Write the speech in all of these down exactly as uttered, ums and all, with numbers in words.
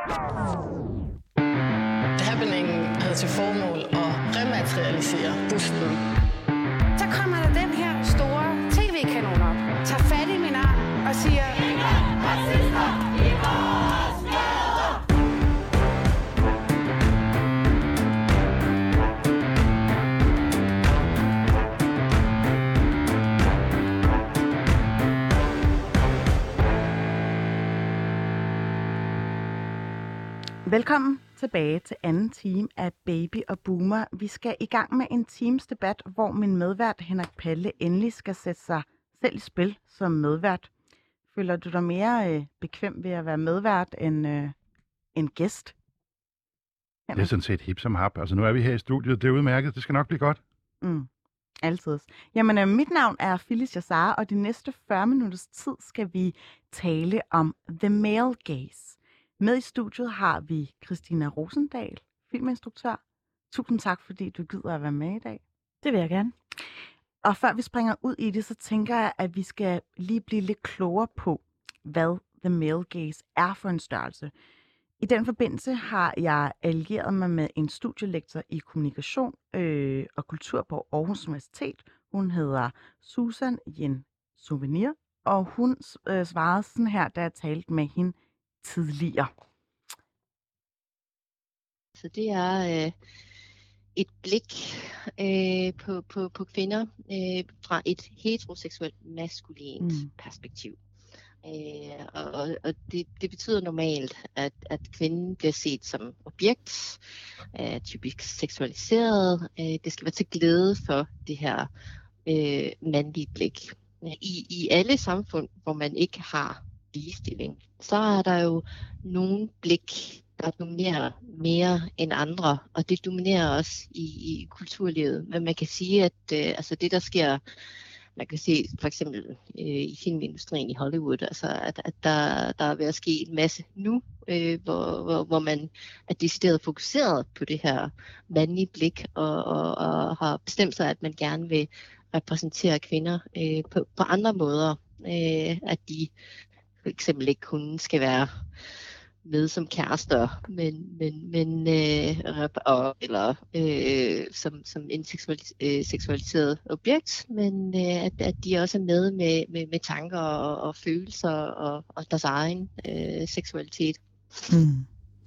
Happeningen havde til formål at rematerialisere busten. Så kommer der den her store tv-kanon op, tager fat i min arm og siger: Ingen racister i vores gader! Velkommen tilbage til anden time af Baby og Boomer. Vi skal i gang med en times debat, hvor min medvært Henrik Palle endelig skal sætte sig selv i spil som medvært. Føler du dig mere øh, bekvem ved at være medvært end, øh, end gæst? Henrik? Det er sådan set hip som hap. Altså nu er vi her i studiet, det er udmærket, det skal nok blive godt. Mm. Altid. Jamen, øh, mit navn er Phyllis Jassar, og de næste fyrre minutters tid skal vi tale om The Male Gaze. Med i studiet har vi Christina Rosendal, filminstruktør. Tusind tak, fordi du gider at være med i dag. Det vil jeg gerne. Og før vi springer ud i det, så tænker jeg, at vi skal lige blive lidt klogere på, hvad The Male Gaze er for en størrelse. I den forbindelse har jeg allieret mig med en studielektor i kommunikation øh, og kultur på Aarhus Universitet. Hun hedder Susan Jen Souvenir, og hun øh, svarede sådan her, da jeg talte med hende tidligere. Så det er øh, et blik øh, på, på, på kvinder øh, fra et heteroseksuelt maskulint mm. perspektiv. Øh, og og det, det betyder normalt, at, at kvinden bliver set som objekt, øh, typisk seksualiseret. Øh, det skal være til glæde for det her øh, mandlige blik. I, I alle samfund, hvor man ikke har ligestilling, så er der jo nogle blik, der dominerer mere end andre, og det dominerer også i, i kulturlivet. Men man kan sige, at øh, altså det, der sker, man kan se for eksempel øh, i filmindustrien i Hollywood, altså at, at der, der er ved at ske en masse nu, øh, hvor, hvor, hvor man er decideret fokuseret på det her mandlige blik, og, og, og har bestemt sig, at man gerne vil repræsentere kvinder øh, på, på andre måder, øh, at de for eksempel ikke kun skal være med som kærester, men, men, men øh, og, eller øh, som, som en seksualis, øh, seksualiseret objekt, men øh, at, at de også er med med, med, med tanker og, og følelser og, og deres egen øh, seksualitet. Mm.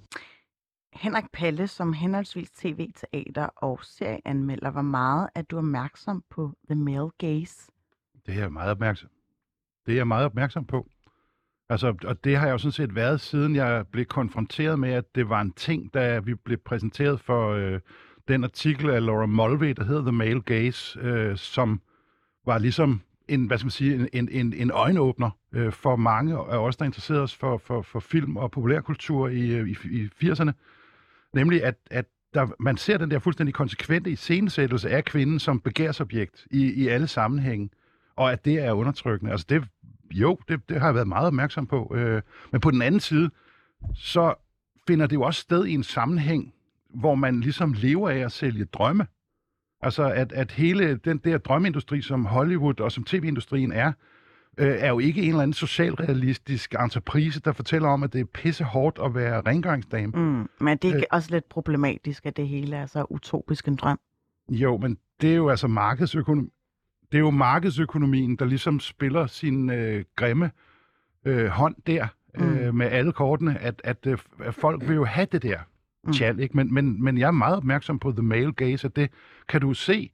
Henrik Palle, som henholdsvis tv, teater og serieanmelder, hvor meget er du opmærksom på The Male Gaze? Det er jeg meget opmærksom. Det er jeg meget opmærksom på. Altså, og det har jeg jo sådan set været, siden jeg blev konfronteret med, at det var en ting, da vi blev præsenteret for øh, den artikel af Laura Mulvey, der hedder The Male Gaze, øh, som var ligesom en, hvad skal man sige, en, en, en øjenåbner øh, for mange af os, der interesserede os for, for, for film og populærkultur i, i, i firserne. Nemlig, at, at der, man ser den der fuldstændig konsekvente iscenesættelse af kvinden som begærsobjekt i, i alle sammenhænge, og at det er undertrykkende. Altså det Jo, det, det har jeg været meget opmærksom på. Øh, men på den anden side, så finder det jo også sted i en sammenhæng, hvor man ligesom lever af at sælge drømme. Altså, at, at hele den der drømmeindustri, som Hollywood og som tv-industrien er, øh, er jo ikke en eller anden socialrealistisk entreprise, der fortæller om, at det er pisse hårdt at være rengøringsdame. Mm, men det er øh, også lidt problematisk, at det hele er så utopisk en drøm. Jo, men det er jo altså markedsøkonomi. Det er jo markedsøkonomien, der ligesom spiller sin øh, grimme øh, hånd der øh, mm. med alle kortene, at, at, øh, at folk vil jo have det der mm. tjal, ikke? Men, men, men jeg er meget opmærksom på The Male Gaze, at det kan du se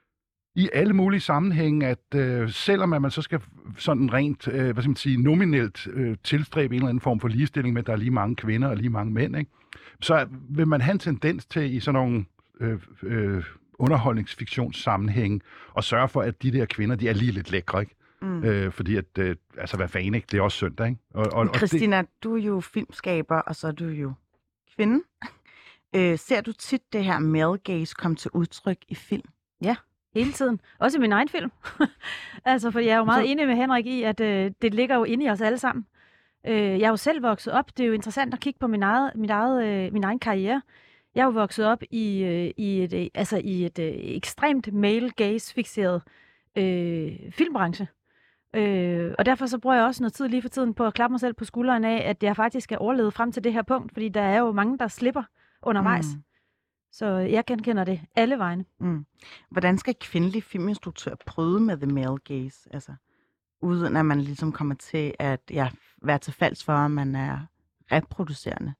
i alle mulige sammenhænge, at øh, selvom at man så skal sådan rent, øh, hvad skal man sige, nominelt øh, tilstræbe en eller anden form for ligestilling med, at der er lige mange kvinder og lige mange mænd, ikke? Så vil man have en tendens til i sådan nogle øh, øh, underholdningsfiktionssammenhæng og sørge for, at de der kvinder, de er lige lidt lækre, ikke? Mm. Øh, fordi at, øh, altså hvad fanden, ikke? Det er også søndag, ikke? Og, og, Christina, og det... du er jo filmskaber, og så er du jo kvinde. Øh, ser du tit det her male gaze komme til udtryk i film? Ja, hele tiden. Også i min egen film. Altså, for jeg er jo meget så... enig med Henrik i, at øh, det ligger jo inde i os alle sammen. Øh, jeg er jo selv vokset op. Det er jo interessant at kigge på min, eget, mit eget, øh, min egen karriere. Jeg er jo vokset op i, øh, i et, øh, altså i et øh, ekstremt male gaze-fixeret øh, filmbranche, Øh, og derfor så bruger jeg også noget tid lige for tiden på at klappe mig selv på skulderen af, at jeg faktisk er overlevet frem til det her punkt, fordi der er jo mange, der slipper undervejs. Mm. Så jeg genkender det alle vegne. Mm. Hvordan skal kvindelige filminstruktører bryde med the male gaze? Altså, uden at man ligesom kommer til at ja, være til falds for, at man er reproducerende?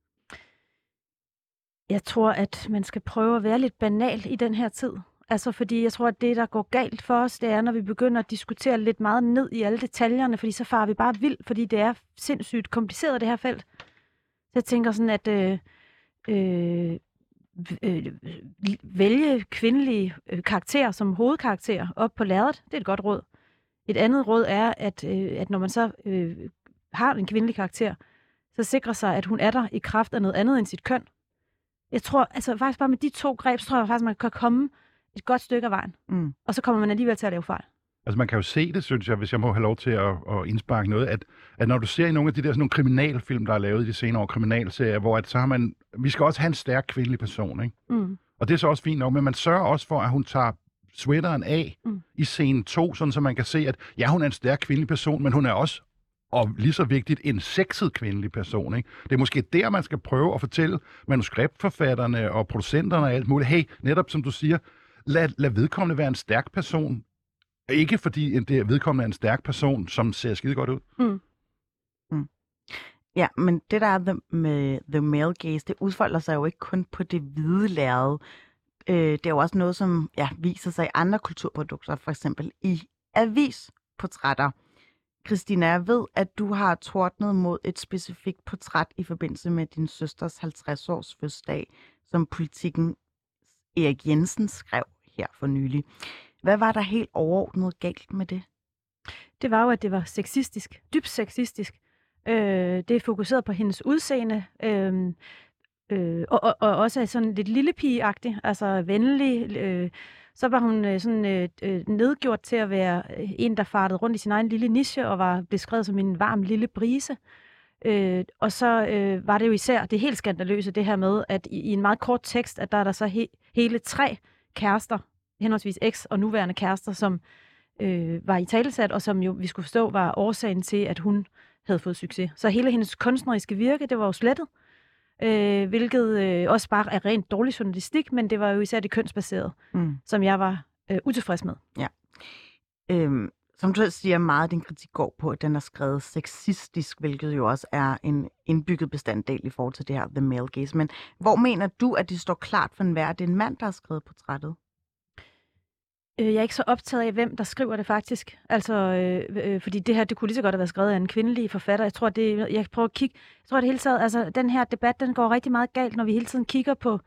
Jeg tror, at man skal prøve at være lidt banal i den her tid. Altså, fordi jeg tror, at det, der går galt for os, det er, når vi begynder at diskutere lidt meget ned i alle detaljerne, fordi så farer vi bare vild, fordi det er sindssygt kompliceret, det her felt. Så jeg tænker sådan, at øh, øh, øh, vælge kvindelige øh, karakterer som hovedkarakterer op på lærredet, det er et godt råd. Et andet råd er, at, øh, at når man så øh, har en kvindelig karakter, så sikrer sig, at hun er der i kraft af noget andet end sit køn. Jeg tror, altså faktisk bare med de to greb, så tror jeg faktisk, man kan komme et godt stykke af vejen. Mm. Og så kommer man alligevel til at lave fejl. Altså man kan jo se det, synes jeg, hvis jeg må have lov til at, at indsparke noget, at, at når du ser i nogle af de der sådan nogle kriminalfilm, der er lavet i de senere år, kriminalserier, hvor at, så har man, vi skal også have en stærk kvindelig person, ikke? Mm. Og det er så også fint nok, men man sørger også for, at hun tager sweateren af mm. i scene to, sådan så man kan se, at ja, hun er en stærk kvindelig person, men hun er også, og lige så vigtigt, en sexet kvindelig person, ikke? Det er måske der, man skal prøve at fortælle manuskriptforfatterne og producenterne og alt muligt, hey, netop som du siger, lad, lad vedkommende være en stærk person. Ikke fordi det vedkommende er en stærk person, som ser skide godt ud. Mm. Mm. Ja, men det der er the, med the male gaze, det udfolder sig jo ikke kun på det hvide lærred. Øh, det er jo også noget, som ja, viser sig i andre kulturprodukter, for eksempel i avisportrætter. Christina, jeg ved, at du har tordnet mod et specifikt portræt i forbindelse med din søsters halvtreds års fødselsdag, som Politikken Erik Jensen skrev her for nylig. Hvad var der helt overordnet galt med det? Det var jo, at det var sexistisk. Dybt sexistisk. Øh, det er fokuseret på hendes udseende. Øh, øh, og, og, og også sådan lidt lillepigeagtig, altså venlig. Øh, så var hun øh, sådan øh, nedgjort til at være en, der fartede rundt i sin egen lille niche og var beskrevet som en varm lille brise. Øh, og så øh, var det jo især det helt skandaløse, det her med, at i, i en meget kort tekst, at der er der så he, hele tre kærester, henholdsvis eks og nuværende kærester, som øh, var i talesat, og som jo, vi skulle forstå, var årsagen til, at hun havde fået succes. Så hele hendes kunstneriske virke, det var jo slettet, øh, hvilket øh, også bare er rent dårlig journalistik, men det var jo især det kønsbaserede, mm. som jeg var øh, utilfreds med. Ja. Øhm, som du siger, meget af din kritik går på, at den er skrevet sexistisk, hvilket jo også er en indbygget bestanddel i forhold til det her The Male Gaze. Men hvor mener du, at det står klart for enhver, at det er en mand, der har skrevet portrættet? Jeg er ikke så optaget af, hvem der skriver det faktisk. Altså, øh, øh, fordi det her, det kunne lige så godt have været skrevet af en kvindelig forfatter. Jeg tror, det, jeg prøver at kigge, jeg tror det hele taget, altså den her debat, den går rigtig meget galt, når vi hele tiden kigger på,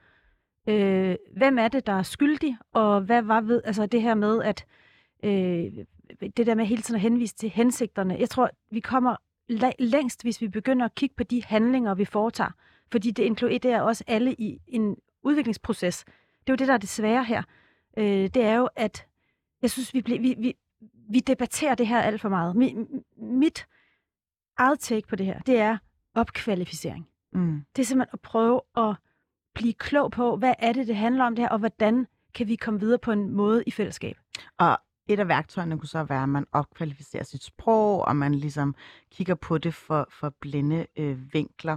øh, hvem er det, der er skyldig, og hvad var ved, altså det her med, at øh, det der med hele tiden at henvise til hensigterne. Jeg tror, vi kommer længst, hvis vi begynder at kigge på de handlinger, vi foretager, fordi det inkluderer også alle i en udviklingsproces. Det er jo det, der er det svære her. Øh, det er jo, at jeg synes, vi, bliver, vi, vi, vi debatterer det her alt for meget. Mi, mit eget take på det her, det er opkvalificering. Mm. Det er simpelthen at prøve at blive klog på, hvad er det, det handler om det her, og hvordan kan vi komme videre på en måde i fællesskab. Og et af værktøjerne kunne så være, at man opkvalificerer sit sprog, og man ligesom kigger på det for, for blinde øh, vinkler.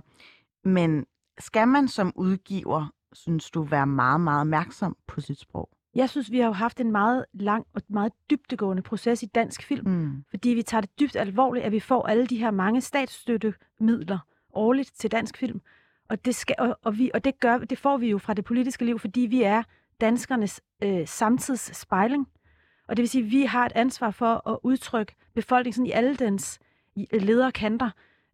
Men skal man som udgiver, synes du, være meget, meget opmærksom på sit sprog? Jeg synes, vi har jo haft en meget lang og meget dybdegående proces i dansk film, mm. fordi vi tager det dybt alvorligt, at vi får alle de her mange statsstøttemidler årligt til dansk film. Og det, skal, og, og, vi, og det, gør, det får vi jo fra det politiske liv, fordi vi er danskernes øh, samtidsspejling. Og det vil sige, at vi har et ansvar for at udtrykke befolkningen i alle dens ledere kanter.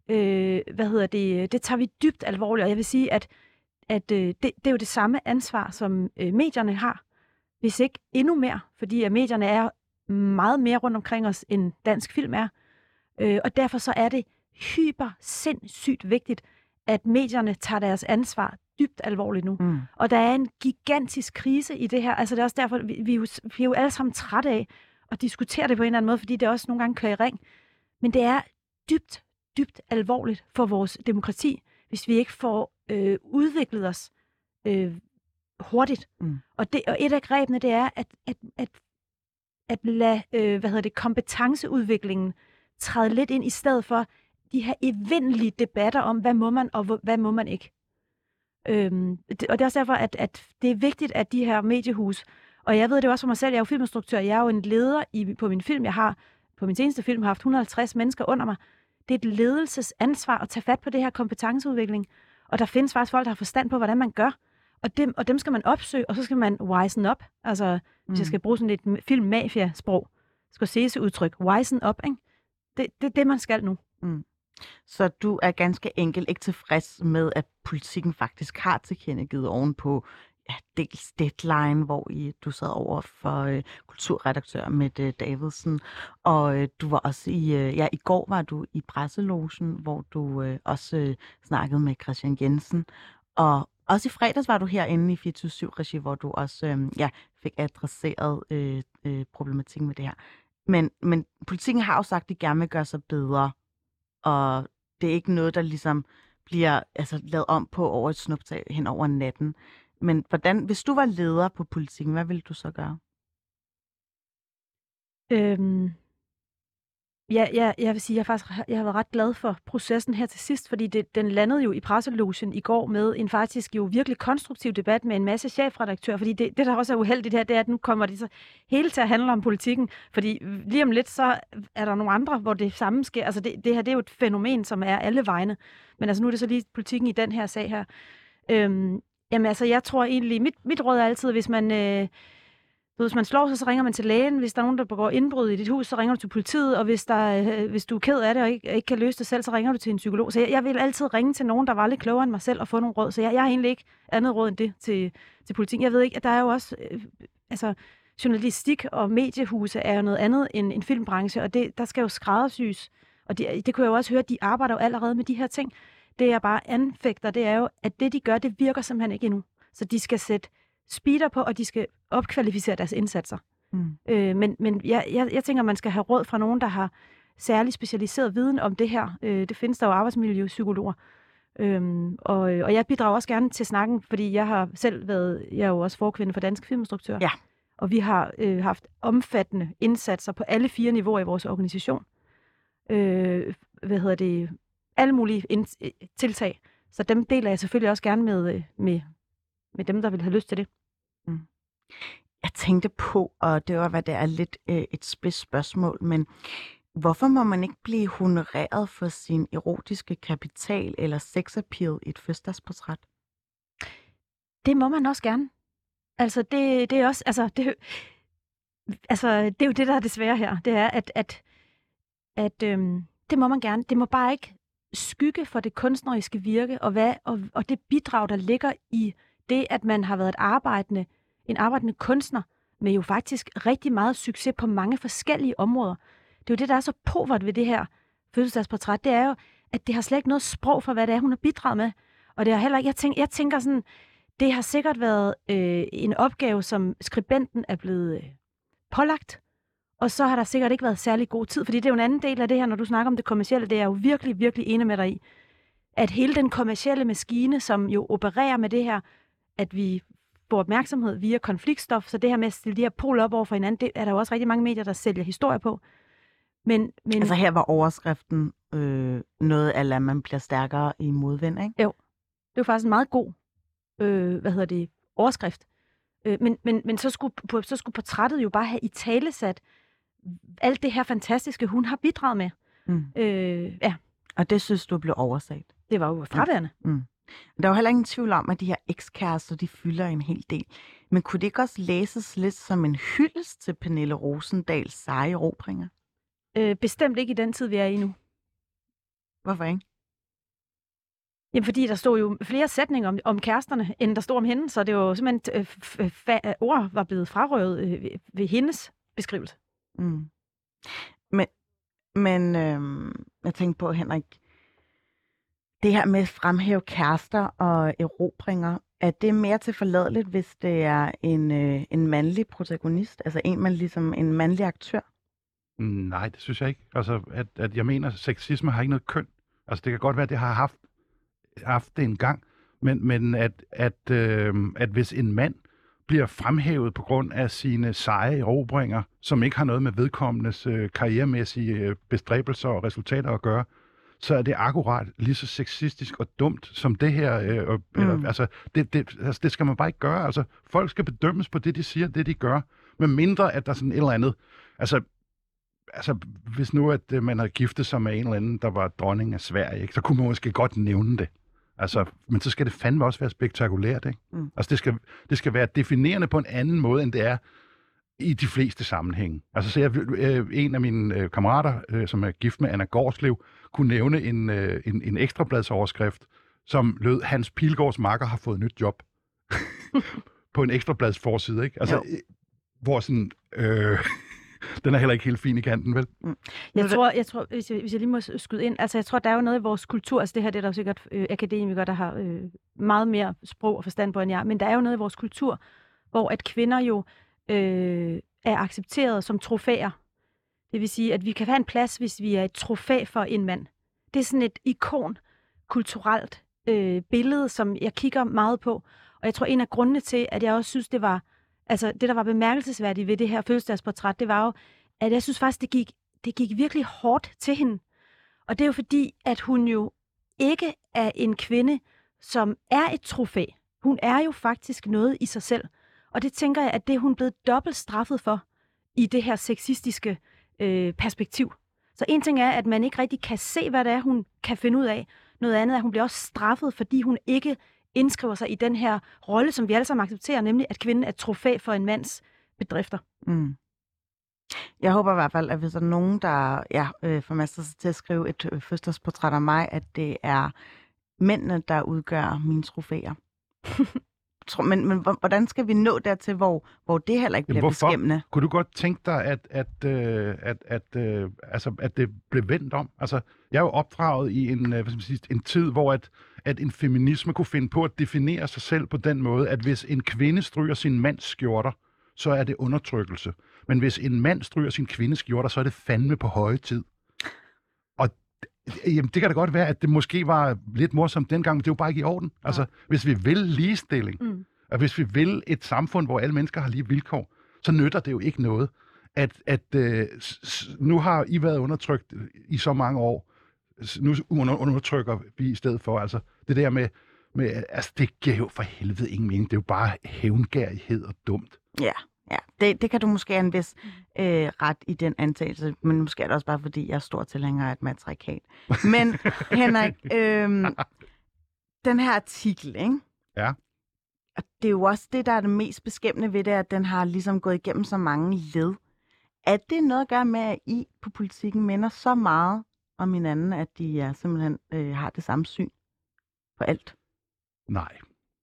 Øh, hvad hedder det? Det tager vi dybt alvorligt, og jeg vil sige, at, at øh, det, det er jo det samme ansvar, som øh, medierne har. Hvis ikke endnu mere, fordi at medierne er meget mere rundt omkring os, end dansk film er. Øh, og derfor så er det hyper sindssygt vigtigt, at medierne tager deres ansvar dybt alvorligt nu. Mm. Og der er en gigantisk krise i det her. Altså det er også derfor, vi, vi, er jo, vi er jo alle sammen trætte af at diskutere det på en eller anden måde, fordi det også nogle gange kører i ring. Men det er dybt, dybt alvorligt for vores demokrati, hvis vi ikke får øh, udviklet os øh, hurtigt. Mm. Og, det, og et af grebene, det er, at, at, at, at lade, øh, hvad hedder det, kompetenceudviklingen træde lidt ind, i stedet for de her evindelige debatter om, hvad må man, og hvor, hvad må man ikke. Øhm, det, og det er også derfor, at, at det er vigtigt, at de her mediehus, og jeg ved det også for mig selv, jeg er jo filminstruktør, jeg er jo en leder i, på min film, jeg har på min seneste film har haft et hundrede og halvtreds mennesker under mig. Det er et ledelsesansvar at tage fat på det her kompetenceudvikling, og der findes faktisk folk, der har forstand på, hvordan man gør, og dem, og dem skal man opsøge, og så skal man wisen up, altså mm. hvis jeg skal bruge sådan lidt film-mafia-sprog, Scorsese-udtryk, wisen up, ikke? Det er det, det, man skal nu. Mm. Så du er ganske enkelt ikke tilfreds med, at politikken faktisk har tilkendegivet ovenpå ja, dels Deadline, hvor I, du sad over for øh, kulturredaktør Mette Davidsen, og øh, du var også i, øh, ja, i går var du i presselogen, hvor du øh, også øh, snakkede med Christian Jensen, og også i fredags var du herinde i fireogtyve syv-regi, hvor du også øh, ja, fik adresseret øh, øh, problematikken med det her. Men, men politikken har jo sagt, at de gerne vil gøre sig bedre, og det er ikke noget, der ligesom bliver altså, lavet om på over et snuptag hen over natten. Men hvordan, hvis du var leder på politikken, hvad ville du så gøre? Øhm, ja, ja, jeg vil sige, jeg, faktisk, jeg har været ret glad for processen her til sidst, fordi det, den landede jo i presselogen i går med en faktisk jo virkelig konstruktiv debat med en masse chefredaktører, fordi det, det der også er uheldigt her, det er, at nu kommer det så hele til at handle om politikken, fordi lige om lidt, så er der nogle andre, hvor det samme sker. Altså det, det her, det er jo et fænomen, som er alle vegne, men altså nu er det så lige politikken i den her sag her. Øhm, jamen altså, jeg tror egentlig, mit, mit råd er altid, hvis man... Øh, Hvis man slår sig, så ringer man til lægen. Hvis der er nogen, der begår indbrud i dit hus, så ringer du til politiet. Og hvis, der, øh, hvis du er ked af det og ikke, ikke kan løse det selv, så ringer du til en psykolog. Så jeg, jeg vil altid ringe til nogen, der var lidt klogere end mig selv og få nogle råd. Så jeg, jeg har egentlig ikke andet råd end det til, til politikken. Jeg ved ikke, at der er jo også... Øh, altså, journalistik og mediehuse er jo noget andet end en filmbranche, og det, der skal jo skræddersys. Og det, det kunne jeg jo også høre, at de arbejder jo allerede med de her ting. Det jeg bare anfægter, det er jo, at det de gør, det virker simpelthen ikke endnu. Så de skal sætte speeder på, og de skal opkvalificere deres indsatser. Mm. Øh, men men jeg, jeg, jeg tænker, man skal have råd fra nogen, der har særlig specialiseret viden om det her. Øh, det findes der jo arbejdsmiljøpsykologer. Øhm, og, og jeg bidrager også gerne til snakken, fordi jeg har selv været, jeg er jo også forkvinde for Dansk Filminstruktør. Ja. Og vi har øh, haft omfattende indsatser på alle fire niveauer i vores organisation. Øh, hvad hedder det? Alle mulige ind- tiltag. Så dem deler jeg selvfølgelig også gerne med, med, med dem, der vil have lyst til det. Mm. Jeg tænkte på, og det var, hvad det er lidt øh, et spids spørgsmål, men hvorfor må man ikke blive honoreret for sin erotiske kapital eller sexappeal i et fødselsdagsportræt? Det må man også gerne. Altså, det, det er også, altså det, altså, det er jo det, der er det svære her. Det er, at, at, at øhm, det må man gerne. Det må bare ikke skygge for det kunstneriske virke, og, hvad, og, og det bidrag, der ligger i det, at man har været et arbejdende, en arbejdende kunstner, med jo faktisk rigtig meget succes på mange forskellige områder. Det er jo det, der er så povert ved det her fødselsdagsportræt. Det er jo, at det har slet ikke noget sprog for, hvad det er, hun har bidraget med. Og det har heller ikke, jeg tænker, jeg tænker sådan, det har sikkert været øh, en opgave, som skribenten er blevet øh, pålagt, og så har der sikkert ikke været særlig god tid, fordi det er jo en anden del af det her, når du snakker om det kommercielle, det er jo virkelig, virkelig enig med dig i, at hele den kommercielle maskine, som jo opererer med det her, at vi får opmærksomhed via konfliktstof, så det her med at stille de her poler op over for hinanden, det er der jo også rigtig mange medier, der sælger historier på. Men, men... Altså her var overskriften øh, noget af, at man bliver stærkere i modvind, ikke? Jo, det var faktisk en meget god øh, hvad hedder det, overskrift. Øh, men men, men så, skulle, så skulle portrættet jo bare have italesat alt det her fantastiske, hun har bidraget med. Mm. Øh, ja. Og det synes du blev oversat? Det var jo fraværende. Mm. Mm. Der er jo heller ingen tvivl om, at de her ekskærester, de fylder en hel del. Men kunne det ikke også læses lidt som en hyldest til Pernille Rosendals seje erobringer? Øh, bestemt ikke i den tid, vi er i nu. Hvorfor ikke? Jamen, fordi der stod jo flere sætninger om, om kæresterne, end der stod om hende, så det var jo simpelthen, øh, fa- ord var blevet frarøvet øh, ved, ved hendes beskrivelse. Mm. Men, men øh, jeg tænkte på, Henrik, det her med at fremhæve kærester og erobringer, er det mere til forladeligt, hvis det er en, øh, en mandlig protagonist? Altså en, man ligesom en mandlig aktør? Nej, det synes jeg ikke. Altså, at, at jeg mener, at sexisme har ikke noget køn. Altså, det kan godt være, at det har haft, haft det en gang, men, men at, at, øh, at hvis en mand bliver fremhævet på grund af sine seje erobringer, som ikke har noget med vedkommendes øh, karrieremæssige øh, bestræbelser og resultater at gøre, så er det akkurat lige så sexistisk og dumt som det her. Øh, mm. eller, altså, det, det, altså, det skal man bare ikke gøre. Altså, folk skal bedømmes på det, de siger, det, de gør. Med mindre, at der er sådan et eller andet... Altså, altså hvis nu, at øh, man havde giftet sig med en eller anden, der var dronning af Sverige, ikke, så kunne man måske godt nævne det. Altså, men så skal det fandme også være spektakulært, ikke? Mm. Altså, det skal, det skal være definerende på en anden måde, end det er i de fleste sammenhænge. Altså, så jeg, øh, en af mine øh, kammerater, øh, som er gift med Anna Gårdslev, kunne nævne en, øh, en, en ekstrabladsoverskrift, som lød, Hans Pilgaards makker har fået nyt job. På en ekstrablads forside, ikke? Altså, øh, hvor sådan... Øh, den er heller ikke helt fin i kanten, vel? Mm. Jeg tror, jeg tror hvis, jeg, hvis jeg lige må skyde ind, altså jeg tror, der er jo noget i vores kultur, altså det her det er der jo sikkert øh, akademikere, der har øh, meget mere sprog og forstand på end jeg, men der er jo noget i vores kultur, hvor at kvinder jo øh, er accepteret som trofæer. Det vil sige, at vi kan have en plads, hvis vi er et trofæ for en mand. Det er sådan et ikon, kulturelt øh, billede, som jeg kigger meget på, og jeg tror, en af grundene til, at jeg også synes, det var Altså, det, der var bemærkelsesværdigt ved det her fødselsdagsportræt, det var jo, at jeg synes faktisk, det gik, det gik virkelig hårdt til hende. Og det er jo fordi, at hun jo ikke er en kvinde, som er et trofæ. Hun er jo faktisk noget i sig selv. Og det tænker jeg, at det er hun blevet dobbelt straffet for i det her sexistiske øh, perspektiv. Så en ting er, at man ikke rigtig kan se, hvad det er, hun kan finde ud af. Noget andet er, at hun bliver også straffet, fordi hun ikke indskriver sig i den her rolle, som vi alle sammen accepterer, nemlig at kvinden er et trofæ for en mands bedrifter. Mm. Jeg håber i hvert fald, at hvis der er nogen, der ja, øh, får masser til at skrive et øh, fødselsdagsportræt af mig, at det er mændene, der udgør mine trofæer. men, men hvordan skal vi nå dertil, hvor, hvor det heller ikke bliver Hvorfor? beskæmmende? Kunne du godt tænke dig, at, at, øh, at, at, øh, altså, at det blev vendt om? Altså, jeg er jo opdraget i en, øh, hvad skal man sige, en tid, hvor at, at en feminisme kunne finde på at definere sig selv på den måde, at hvis en kvinde stryger sin mands skjorter, så er det undertrykkelse. Men hvis en mand stryger sin kvindes skjorter, så er det fandme på høje tid. Og jamen, det kan da godt være, at det måske var lidt morsomt dengang, men det er jo bare ikke i orden. Ja. Altså, hvis vi vil ligestilling, mm. og hvis vi vil et samfund, hvor alle mennesker har lige vilkår, så nytter det jo ikke noget, at, at øh, nu har I været undertrykt i så mange år, nu undertrykker vi i stedet for. Altså, det der med, med, altså, det giver jo for helvede ingen mening. Det er jo bare hævngærighed og dumt. Ja. Ja, det, det kan du måske have en vis øh, ret i den antagelse, men måske er det også bare, fordi jeg er stor tilhænger af et matriarkat. Men Henrik, øh, den her artikel, ikke? Ja. Og det er jo også det, der er det mest beskæmmende ved det, at den har ligesom gået igennem så mange led. Er det noget at gøre med, at I på politikken minder så meget om hinanden, at de ja, simpelthen øh, har det samme syn på alt? Nej.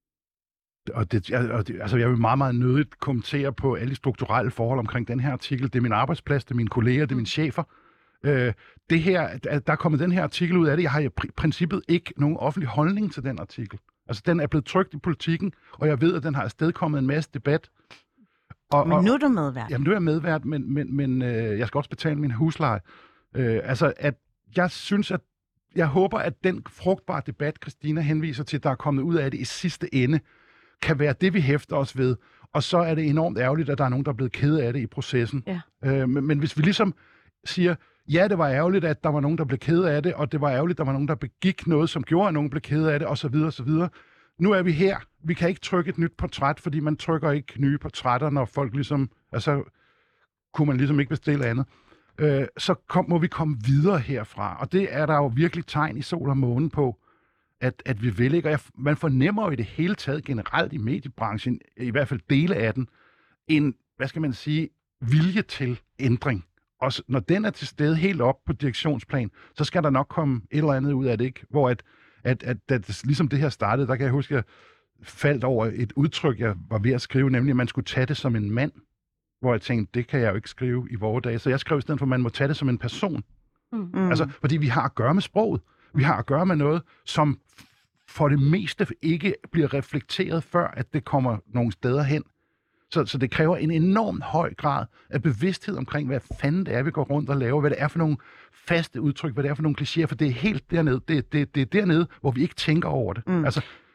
Og det, og det, altså jeg vil meget, meget nødigt kommentere på alle de strukturelle forhold omkring den her artikel. Det er min arbejdsplads, det er mine kolleger, det er mine chefer. Øh, det her, der er kommet den her artikel ud af det. Jeg har i princippet ikke nogen offentlig holdning til den artikel. Altså, den er blevet trykt i politikken, og jeg ved, at den har afstedkommet en masse debat. Og, men nu er du medvært. Jamen, nu er jeg medvært, men, men, men øh, jeg skal også betale min husleje. Øh, altså, at jeg synes, at jeg håber, at den frugtbare debat, Christina henviser til, der er kommet ud af det i sidste ende, kan være det, vi hæfter os ved. Og så er det enormt ærgerligt, at der er nogen, der er blevet ked af det i processen. Ja. Øh, men, men hvis vi ligesom siger, ja, det var ærgerligt, at der var nogen, der blev ked af det, og det var ærgerligt, at der var nogen, der begik noget, som gjorde, at nogen blev ked af det, osv. osv. Nu er vi her. Vi kan ikke trykke et nyt portræt, fordi man trykker ikke nye portrætter, når folk ligesom... Altså, kunne man ligesom ikke bestille andet. Øh, så kom, må vi komme videre herfra. Og det er der jo virkelig tegn i sol og måne på, at, at vi vil ikke. Og jeg, man fornemmer jo i det hele taget generelt i mediebranchen, i hvert fald dele af den, en, hvad skal man sige, vilje til ændring. Og når den er til stede helt op på direktionsplan, så skal der nok komme et eller andet ud af det, ikke? Hvor at, at, at, at ligesom det her startede, der kan jeg huske, at jeg faldt over et udtryk, jeg var ved at skrive, nemlig at man skulle tage det som en mand. Hvor jeg tænkte, det kan jeg jo ikke skrive i vore dage. Så jeg skrev i stedet for, at man må tage det som en person. Mm. Altså, fordi vi har at gøre med sproget. Vi har at gøre med noget, som for det meste ikke bliver reflekteret, før at det kommer nogle steder hen. Så, så det kræver en enormt høj grad af bevidsthed omkring, hvad fanden det er, vi går rundt og laver, hvad det er for nogle faste udtryk, hvad det er for nogle klichéer, for det er helt dernede, det, det, det er dernede, hvor vi ikke tænker over det. Mm. Altså,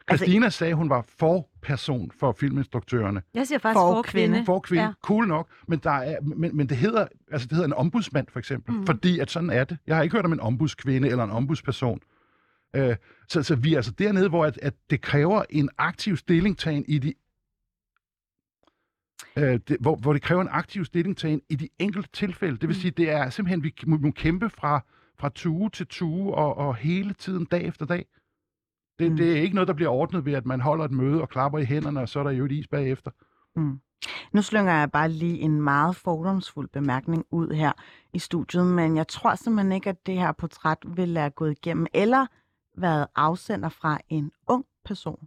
Christina altså, sagde, hun var forperson for filminstruktørerne. Jeg siger faktisk For for kvinde. kvinde. For kvinde, Ja. ja. Cool nok, men, der er, men, men det, hedder, altså det hedder en ombudsmand for eksempel, Mm. mm. fordi at sådan er det. Jeg har ikke hørt om en ombudskvinde eller en ombudsperson. Øh, så, så vi er altså dernede, hvor at, at det kræver en aktiv stillingtagen i de øh, det, hvor, hvor det kræver en aktiv stillingtagen i de enkelte tilfælde. Det vil Mm. sige, det er simpelthen, vi må, må kæmpe fra, fra tue til tue og, og hele tiden, dag efter dag. Det, Mm. mm. det er ikke noget, der bliver ordnet ved, at man holder et møde og klapper i hænderne, og så er der jo et is bagefter. Mm. Nu slynger jeg bare lige en meget fordomsfuld bemærkning ud her i studiet, men jeg tror simpelthen ikke, at det her portræt ville være gået igennem, eller været afsender fra en ung person.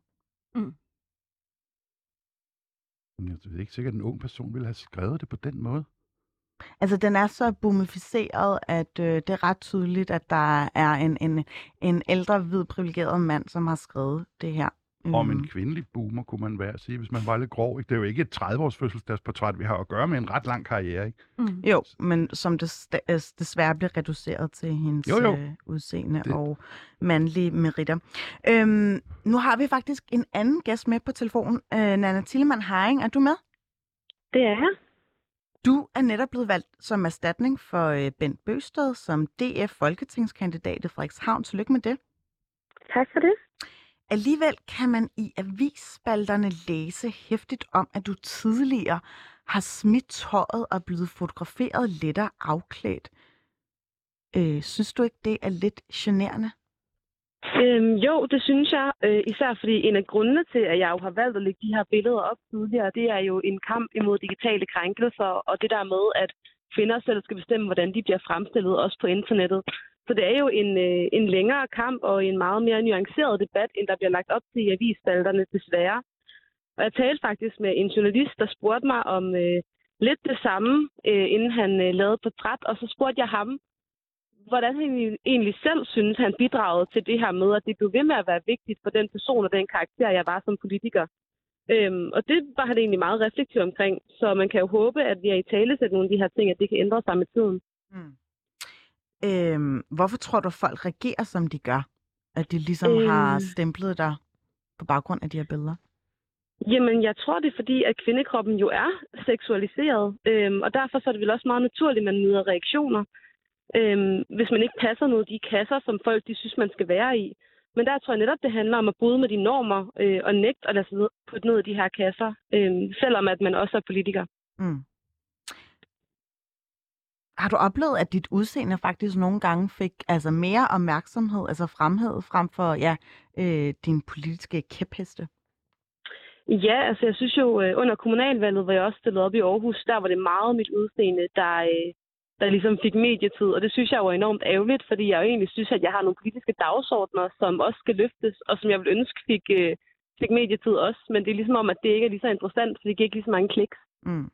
Jeg ved ikke sikkert, at en ung person ville have skrevet det på den måde. Altså, den er så bumificeret, at øh, det er ret tydeligt, at der er en, en, en ældre, hvid, privilegeret mand, som har skrevet det her. Om Mm. en kvindelig boomer, kunne man være at sige, hvis man var lidt grov. Ikke? Det er jo ikke et tredive-års fødselsdagsportræt, vi har at gøre med en ret lang karriere. Ikke? Mm. Jo, men som det sta- øh, desværre bliver reduceret til hendes Jo, jo. Øh, udseende Det- og mandlige meritter. Øhm, nu har vi faktisk en anden gæst med på telefonen. Øh, Nanna Thielemann Haring, er du med? Det er jeg. Du er netop blevet valgt som erstatning for øh, Bent Bøgsted som D F-folketingskandidat i Frederikshavn. Tillykke med det. Tak for det. Alligevel kan man i avisspalterne læse hæftigt om, at du tidligere har smidt tøjet og blevet fotograferet lettere afklædt. Øh, synes du ikke, det er lidt generende? Øhm, jo, det synes jeg. Øh, især fordi en af grundene til, at jeg jo har valgt at lægge de her billeder op tidligere, det er jo en kamp imod digitale krænkelser, og det der med, at kvinder selv skal bestemme, hvordan de bliver fremstillet, også på internettet. Så det er jo en, øh, en længere kamp og en meget mere nuanceret debat, end der bliver lagt op til i avisspalterne, desværre. Og jeg talte faktisk med en journalist, der spurgte mig om øh, lidt det samme, øh, inden han øh, lavede portræt, og så spurgte jeg ham, hvordan han egentlig selv synes, han bidragede til det her med, at det blev ved med at være vigtigt for den person og den karakter, jeg var som politiker. Øhm, og det var han egentlig meget reflektiv omkring, så man kan jo håbe, at vi er i tale til nogle af de her ting, at det kan ændre sig med tiden. Mm. Øhm, hvorfor tror du, folk reagerer, som de gør? At de ligesom Øhm. har stemplet dig på baggrund af de her billeder? Jamen, jeg tror, det er fordi, at kvindekroppen jo er seksualiseret, øhm, og derfor så er det vel også meget naturligt, at man møder reaktioner, øhm, hvis man ikke passer noget af de kasser, som folk de synes, man skal være i. Men der tror jeg netop, det handler om at bryde med de normer øh, og nægte at lade sig putte ned i de her kasser, øh, selvom at man også er politiker. Mm. Har du oplevet, at dit udseende faktisk nogle gange fik altså mere opmærksomhed, altså fremhed, frem for ja, øh, din politiske kæpheste? Ja, altså jeg synes jo, øh, under kommunalvalget, hvor jeg også stillede op i Aarhus, der var det meget mit udseende, der, øh, der ligesom fik medietid. Og det synes jeg var enormt ærgerligt, fordi jeg jo egentlig synes, at jeg har nogle politiske dagsordner, som også skal løftes, og som jeg vil ønske fik, øh, fik medietid også. Men det er ligesom om, at det ikke er lige så interessant, for det giver ikke lige så mange kliks. Mm.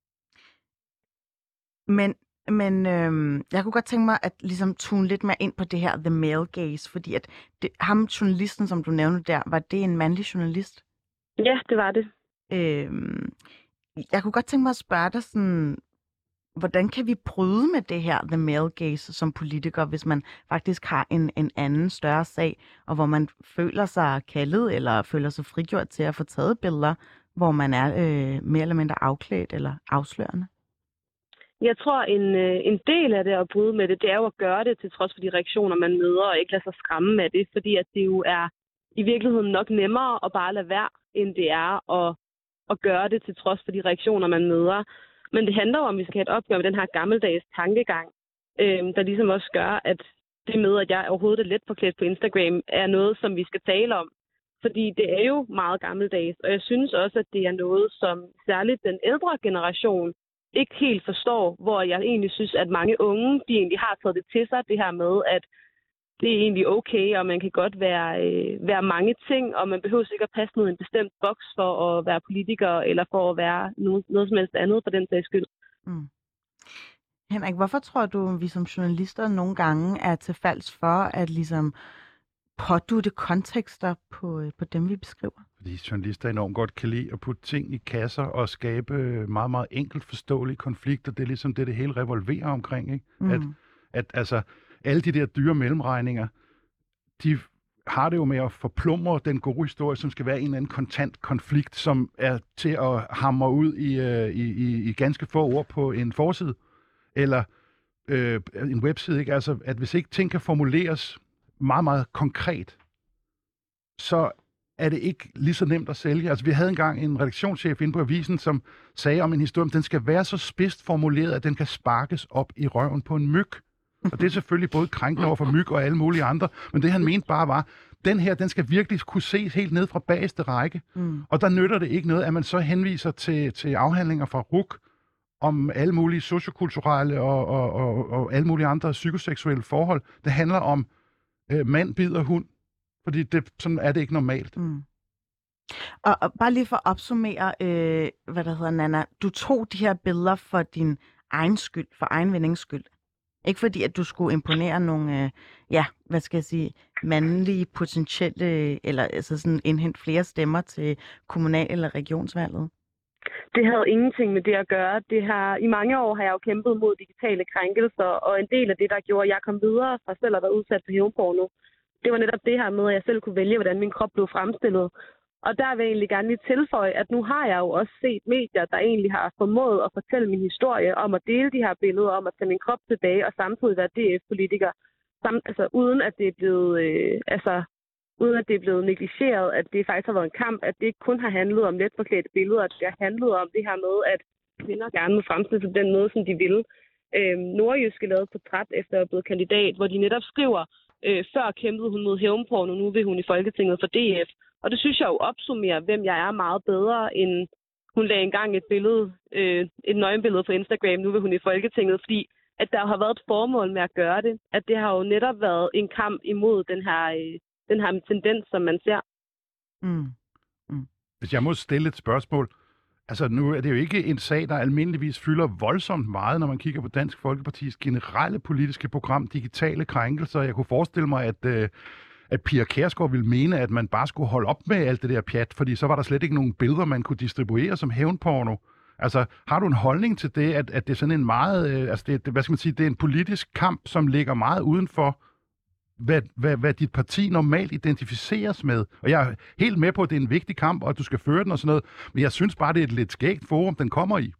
Men Men øhm, jeg kunne godt tænke mig at ligesom tune lidt mere ind på det her The Male Gaze, fordi at det, ham, journalisten, som du nævnte der, var det en mandlig journalist? Ja, det var det. Øhm, jeg kunne godt tænke mig at spørge dig sådan, hvordan kan vi bryde med det her The Male Gaze som politiker, hvis man faktisk har en, en anden større sag, og hvor man føler sig kaldet eller føler sig frigjort til at få taget billeder, hvor man er øh, mere eller mindre afklædt eller afslørende? Jeg tror, en, en del af det at bryde med det, det er jo at gøre det til trods for de reaktioner, man møder, og ikke lade sig skræmme med det, fordi at det jo er i virkeligheden nok nemmere at bare lade være, end det er at, at gøre det til trods for de reaktioner, man møder. Men det handler jo om, at vi skal have et opgør med den her gammeldags tankegang, øh, der ligesom også gør, at det med, at jeg overhovedet er let forklædt på Instagram, er noget, som vi skal tale om. Fordi det er jo meget gammeldags, og jeg synes også, at det er noget, som særligt den ældre generation ikke helt forstår, hvor jeg egentlig synes, at mange unge, de egentlig har taget det til sig, det her med, at det er egentlig okay, og man kan godt være, øh, være mange ting, og man behøver ikke at passe ned i en bestemt boks for at være politiker, eller for at være noget, noget som helst andet for den sags skyld. Mm. Henrik, hvorfor tror du, vi som journalister nogle gange er til falds for at ligesom pådutte kontekster på, på dem, vi beskriver? Fordi journalister enormt godt kan lide at putte ting i kasser og skabe meget, meget enkelt forståelige konflikter. Det er ligesom det, det hele revolverer omkring. Ikke? Mm. At, at altså, alle de der dyre mellemregninger, de har det jo med at forplumre den gode historie, som skal være en eller anden kontant konflikt, som er til at hamre ud i, øh, i, i, i ganske få ord på en forside, eller øh, en webside. Ikke? Altså, at hvis ikke ting kan formuleres meget, meget konkret, så er det ikke lige så nemt at sælge. Altså, vi havde engang en redaktionschef inde på avisen, som sagde om en historie, at den skal være så spidst formuleret, at den kan sparkes op i røven på en myg. Og det er selvfølgelig både krænkende over for myg og alle mulige andre, men det han mente bare var, den her, den skal virkelig kunne ses helt ned fra bagerste række. Mm. Og der nytter det ikke noget, at man så henviser til, til afhandlinger fra R U C om alle mulige sociokulturelle og, og, og, og alle mulige andre psykoseksuelle forhold. Det handler om øh, mand bider hund, fordi det, sådan er det ikke normalt. Mm. Og, og bare lige for at opsummere, øh, hvad der hedder, Nanna, du tog de her billeder for din egen skyld, for egen vindings skyld. Ikke fordi, at du skulle imponere nogle, øh, ja, hvad skal jeg sige, mandlige, potentielle, eller altså sådan indhente flere stemmer til kommunal- eller regionsvalget? Det havde ingenting med det at gøre. Det har, I mange år har jeg jo kæmpet mod digitale krænkelser, og en del af det, der gjorde, at jeg kom videre fra selv at være udsat for hævnporno, det var netop det her med, at jeg selv kunne vælge, hvordan min krop blev fremstillet. Og der vil jeg egentlig gerne lige tilføje, at nu har jeg jo også set medier, der egentlig har formået at fortælle min historie om at dele de her billeder, om at tage min krop tilbage og samtidig være D F-politiker. Samt, altså uden at det er blevet, øh, altså, uden at det er blevet negligeret, at det faktisk har været en kamp, at det ikke kun har handlet om let forklædte billeder, at det har handlet om det her med, at kvinder gerne vil fremstille på den måde, som de vil. Øh, Nordjyske lavede et portræt efter at være blevet kandidat, hvor de netop skriver, øh, før kæmpede hun mod hævnporno, nu vil hun i Folketinget for D F. Og det synes jeg jo opsummerer, hvem jeg er meget bedre, end hun lagde engang et billede, øh, et nøgenbillede på Instagram, nu vil hun i Folketinget, fordi at der har været et formål med at gøre det. At det har jo netop været en kamp imod den her, øh, den her tendens, som man ser. Mm. Mm. Hvis jeg må stille et spørgsmål. Altså nu er det jo ikke en sag, der almindeligvis fylder voldsomt meget, når man kigger på Dansk Folkepartis generelle politiske program, digitale krænkelser. Jeg kunne forestille mig, at... Øh, at Pia Kjærsgaard ville mene, at man bare skulle holde op med alt det der pjat, fordi så var der slet ikke nogen billeder, man kunne distribuere som hævnporno. Altså, har du en holdning til det, at, at det er sådan en meget, øh, altså det, det, hvad skal man sige, det er en politisk kamp, som ligger meget uden for, hvad, hvad, hvad dit parti normalt identificeres med? Og jeg er helt med på, at det er en vigtig kamp, og at du skal føre den og sådan noget, men jeg synes bare, det er et lidt skægt forum, den kommer i.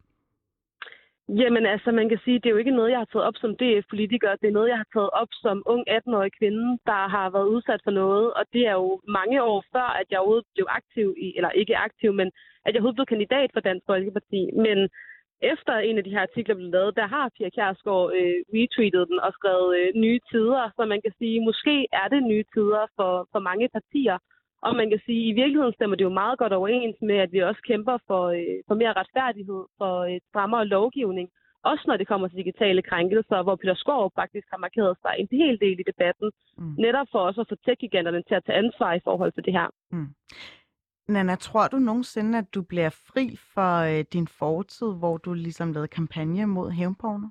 Jamen altså, man kan sige, det er jo ikke noget, jeg har taget op som D F-politiker. Det er noget, jeg har taget op som ung atten-årig kvinde, der har været udsat for noget. Og det er jo mange år før, at jeg overhovedet blev aktiv i, eller ikke aktiv, men at jeg overhovedet blev kandidat for Dansk Folkeparti. Men efter en af de her artikler blev lavet, der har Pia Kjærsgaard øh, retweetet den og skrevet øh, nye tider. Så man kan sige, måske er det nye tider for, for mange partier. Og man kan sige, at i virkeligheden stemmer det jo meget godt overens med, at vi også kæmper for, øh, for mere retfærdighed, for et strammere lovgivning. Også når det kommer til digitale krænkelser, hvor Peter Skaarup faktisk har markeret sig en hel del i debatten. Mm. Netop for også at få tech-giganterne til at tage ansvar i forhold til det her. Mm. Nanna, tror du nogensinde, at du bliver fri for øh, din fortid, hvor du ligesom lavede kampagne mod hævnporno?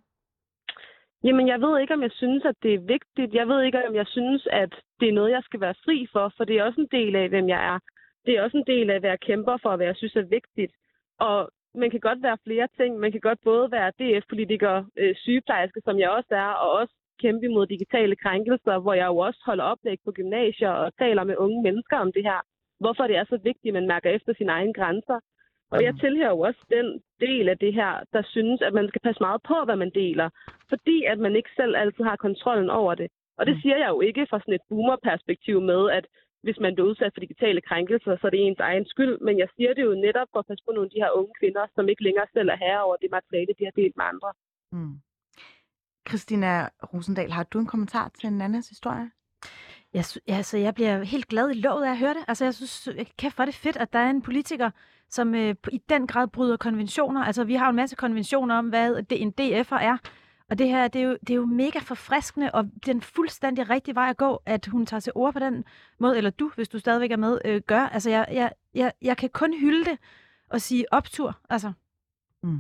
Jamen, jeg ved ikke, om jeg synes, at det er vigtigt. Jeg ved ikke, om jeg synes, at det er noget, jeg skal være fri for, for det er også en del af, hvem jeg er. Det er også en del af, hvad jeg kæmper for, hvad jeg synes er vigtigt. Og man kan godt være flere ting. Man kan godt både være D F-politiker, øh, sygeplejerske, som jeg også er, og også kæmpe imod digitale krænkelser, hvor jeg jo også holder oplæg på gymnasier og taler med unge mennesker om det her. Hvorfor det er så vigtigt, at man mærker efter sine egne grænser. Og jeg tilhører jo også den del af det her, der synes, at man skal passe meget på, hvad man deler. Fordi at man ikke selv altid har kontrollen over det. Og det siger jeg jo ikke fra sådan et boomer-perspektiv med, at hvis man bliver udsat for digitale krænkelser, så er det ens egen skyld. Men jeg siger det jo netop for at passe på nogle af de her unge kvinder, som ikke længere selv er herre over det materiale, de har delt med andre. Mm. Christina Rosendal, har du en kommentar til Nannas historie? Jeg, altså, jeg bliver helt glad i låget af at høre det. Altså, jeg synes, kæft, hvor er det fedt, at der er en politiker, som øh, i den grad bryder konventioner. Altså, vi har en masse konventioner om, hvad det, en D F'er er. Og det her, det er, jo, det er jo mega forfriskende, og den fuldstændig rigtige vej at gå, at hun tager til ord på den måde, eller du, hvis du stadigvæk er med, øh, gør. Altså, jeg, jeg, jeg, jeg kan kun hylde det og sige optur. Altså. Mm.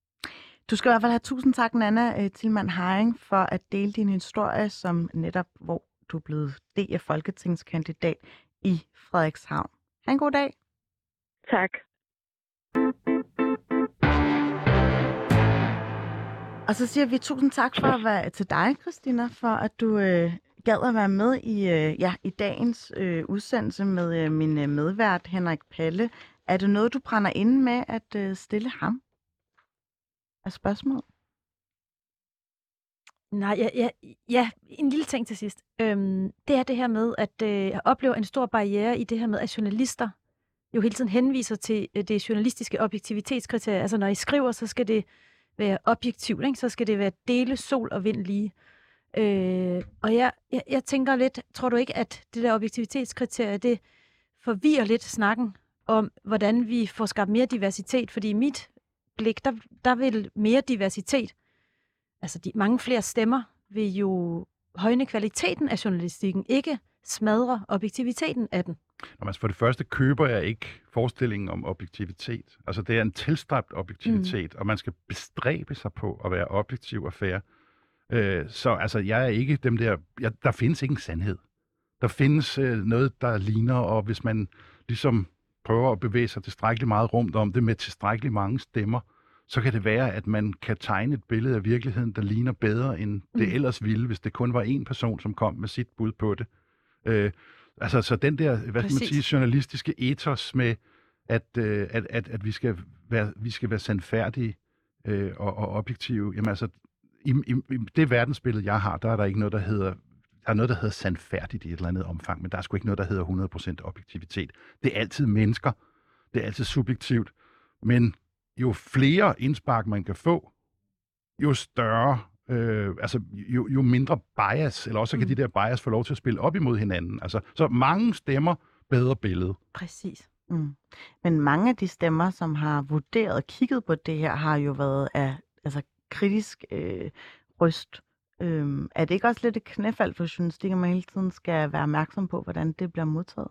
Du skal i hvert fald have tusind tak, Nanna Thielmann Haring, for at dele din historie, som netop, hvor du er blevet D F-folketingskandidat i Frederikshavn. Ha' en god dag. Tak. Og så siger vi tusind tak for at være til dig, Christina, for at du øh, gad at være med i, øh, ja, i dagens øh, udsendelse med øh, min øh, medvært Henrik Palle. Er det noget, du brænder inde med at øh, stille ham? Er spørgsmålet? Nej, ja, ja, ja, en lille ting til sidst. Øhm, det er det her med, at øh, jeg oplever en stor barriere i det her med, at journalister jo hele tiden henviser til øh, det journalistiske objektivitetskriterie. Altså når I skriver, så skal det være objektivt, ikke? Så skal det være dele sol og vind lige. Øh, og jeg, jeg, jeg tænker lidt, tror du ikke, at det der objektivitetskriterie, det forvirrer lidt snakken om, hvordan vi får skabt mere diversitet? Fordi i mit blik, der, der vil mere diversitet, altså de mange flere stemmer, vil jo højne kvaliteten af journalistikken, ikke smadre objektiviteten af den. Nå, altså for det første køber jeg ikke forestillingen om objektivitet. Altså det er en tilstræbt objektivitet, mm. og man skal bestræbe sig på at være objektiv og fair. Øh, så altså jeg er ikke dem der, jeg, der findes ikke en sandhed. Der findes øh, noget, der ligner, og hvis man ligesom prøver at bevæge sig tilstrækkeligt meget rundt om det med tilstrækkeligt mange stemmer, så kan det være, at man kan tegne et billede af virkeligheden, der ligner bedre, end det mm. ellers ville, hvis det kun var én person, som kom med sit bud på det. Øh, altså, så den der, hvad skal man sige, journalistiske ethos med, at, øh, at, at, at vi skal være, vi skal være sandfærdige øh, og, og objektive. Jamen altså, i, i, i det verdensbillede, jeg har, der er der ikke noget, der hedder, der er noget, der hedder sandfærdigt i et eller andet omfang, men der er sgu ikke noget, der hedder hundrede procent objektivitet. Det er altid mennesker. Det er altid subjektivt. Men jo flere indspark man kan få, jo større, øh, altså jo, jo mindre bias, eller også kan mm. de der bias få lov til at spille op imod hinanden. Altså, så mange stemmer, bedre billede. Præcis. Mm. Men mange af de stemmer, som har vurderet og kigget på det her, har jo været af altså, kritisk øh, røst. Øhm, er det ikke også lidt et knæfald for journalistik, at man hele tiden skal være opmærksom på, hvordan det bliver modtaget?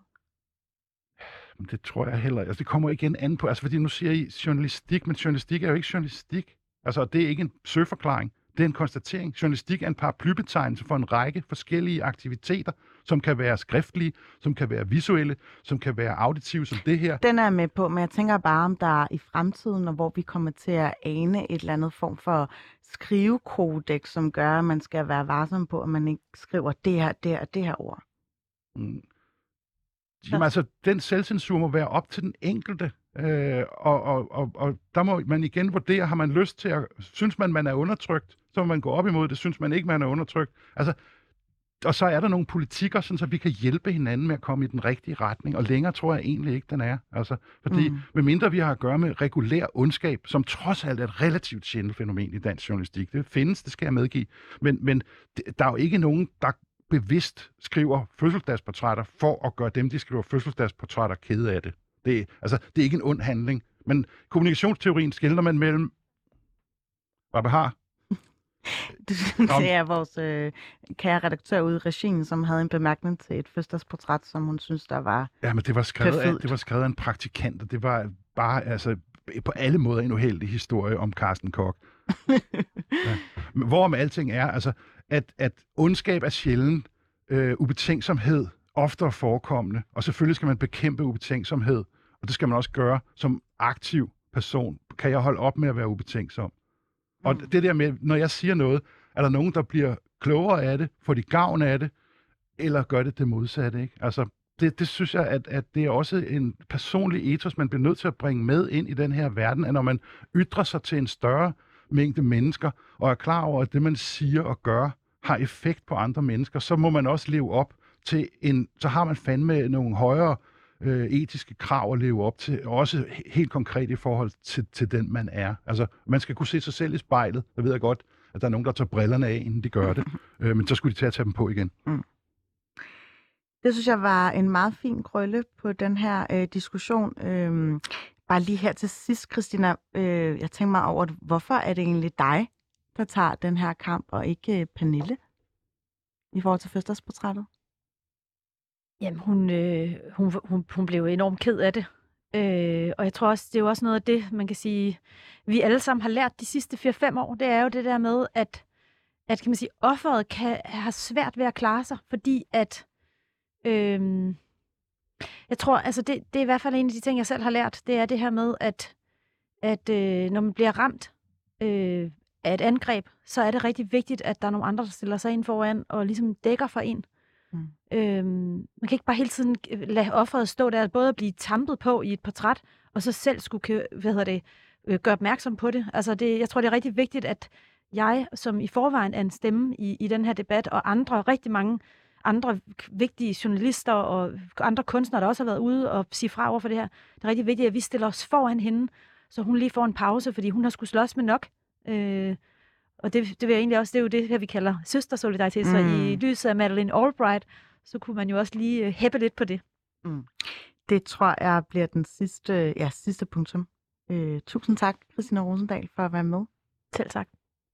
Det tror jeg heller. Altså, det kommer igen an på, altså fordi nu siger I journalistik, men journalistik er jo ikke journalistik. Altså, det er ikke en søgeforklaring. Det er en konstatering. Journalistik er en paraplybetegnelse for en række forskellige aktiviteter, som kan være skriftlige, som kan være visuelle, som kan være auditive, som det her. Den er jeg med på, men jeg tænker bare, om der i fremtiden, hvor vi kommer til at ane et eller andet form for skrivekodex, som gør, at man skal være varsom på, at man ikke skriver det her, det her, det her ord. Mm. Jamen altså, den selvcensur må være op til den enkelte, øh, og, og, og, og der må man igen vurdere, har man lyst til at, synes man, man er undertrykt, så må man gå op imod det, synes man ikke, man er undertrykt. Altså, og så er der nogle politikker, sådan, så vi kan hjælpe hinanden med at komme i den rigtige retning, og længere tror jeg egentlig ikke, den er. Altså, fordi mm. medmindre vi har at gøre med regulær ondskab, som trods alt er et relativt sjældent fænomen i dansk journalistik, det findes, det skal jeg medgive, men, men der er jo ikke nogen, der bevidst skriver fødselsdagsportrætter for at gøre dem, de skriver fødselsdagsportrætter, kede af det. Det er, altså, det er ikke en ond handling. Men kommunikationsteorien skelner man mellem hvad vi har. Det er vores øh, kære redaktør ude i regien, som havde en bemærkning til et fødselsdagsportræt, som hun synes, der var Ja, men det var skrevet, af, det var skrevet af en praktikant, og det var bare altså, på alle måder en uheldig historie om Carsten Koch. Ja. Hvorom alting er, altså at, at ondskab er sjældent, øh, ubetænksomhed oftere forekommende, og selvfølgelig skal man bekæmpe ubetænksomhed, og det skal man også gøre som aktiv person. Kan jeg holde op med at være ubetænksom? Mm. Og det der med, når jeg siger noget, er der nogen, der bliver klogere af det, får de gavn af det, eller gør det det modsatte, ikke? Altså, det, det synes jeg, at, at det er også en personlig ethos, man bliver nødt til at bringe med ind i den her verden, at når man ytrer sig til en større mængde mennesker, og er klar over, at det, man siger og gør, har effekt på andre mennesker, så må man også leve op til en, så har man fandme nogle højere øh, etiske krav at leve op til, også helt konkret i forhold til, til den, man er. Altså, man skal kunne se sig selv i spejlet. Jeg ved jeg godt, at der er nogen, der tager brillerne af, inden de gør det, øh, men så skulle de til at tage dem på igen. Mm. Det synes jeg var en meget fin krølle på den her øh, diskussion. Øh, bare lige her til sidst, Christina, øh, jeg tænker mig over, hvorfor er det egentlig dig, der tager den her kamp, og ikke øh, Pernille, i forhold til fødselsdagsportrættet? Jamen, hun, øh, hun, hun, hun blev enormt ked af det. Øh, og jeg tror også, det er jo også noget af det, man kan sige, vi alle sammen har lært de sidste fire fem år. Det er jo det der med, at, at kan man sige, offeret kan have svært ved at klare sig, fordi at øh, jeg tror, altså det, det er i hvert fald en af de ting, jeg selv har lært, det er det her med, at, at øh, når man bliver ramt øh, af et angreb, så er det rigtig vigtigt, at der er nogle andre, der stiller sig ind foran og ligesom dækker for en. Mm. Øhm, man kan ikke bare hele tiden lade offeret stå der, både at blive tampet på i et portræt, og så selv skulle hvad hedder det, gøre opmærksom på det. Altså det, jeg tror, det er rigtig vigtigt, at jeg, som i forvejen er en stemme i, i den her debat, og andre, rigtig mange andre vigtige journalister og andre kunstnere, der også har været ude og sige fra over for det her, det er rigtig vigtigt, at vi stiller os foran hende, så hun lige får en pause, fordi hun har skulle slås med nok. Øh, og det, det vil jeg egentlig også, det er jo det her, vi kalder søstersolidaritet, mm. så i lyset af Madeleine Albright, så kunne man jo også lige hæppe lidt på det. Mm. Det tror jeg bliver den sidste, ja, sidste punktum. Øh, tusind tak, Christina Rosendahl, for at være med. Selv tak.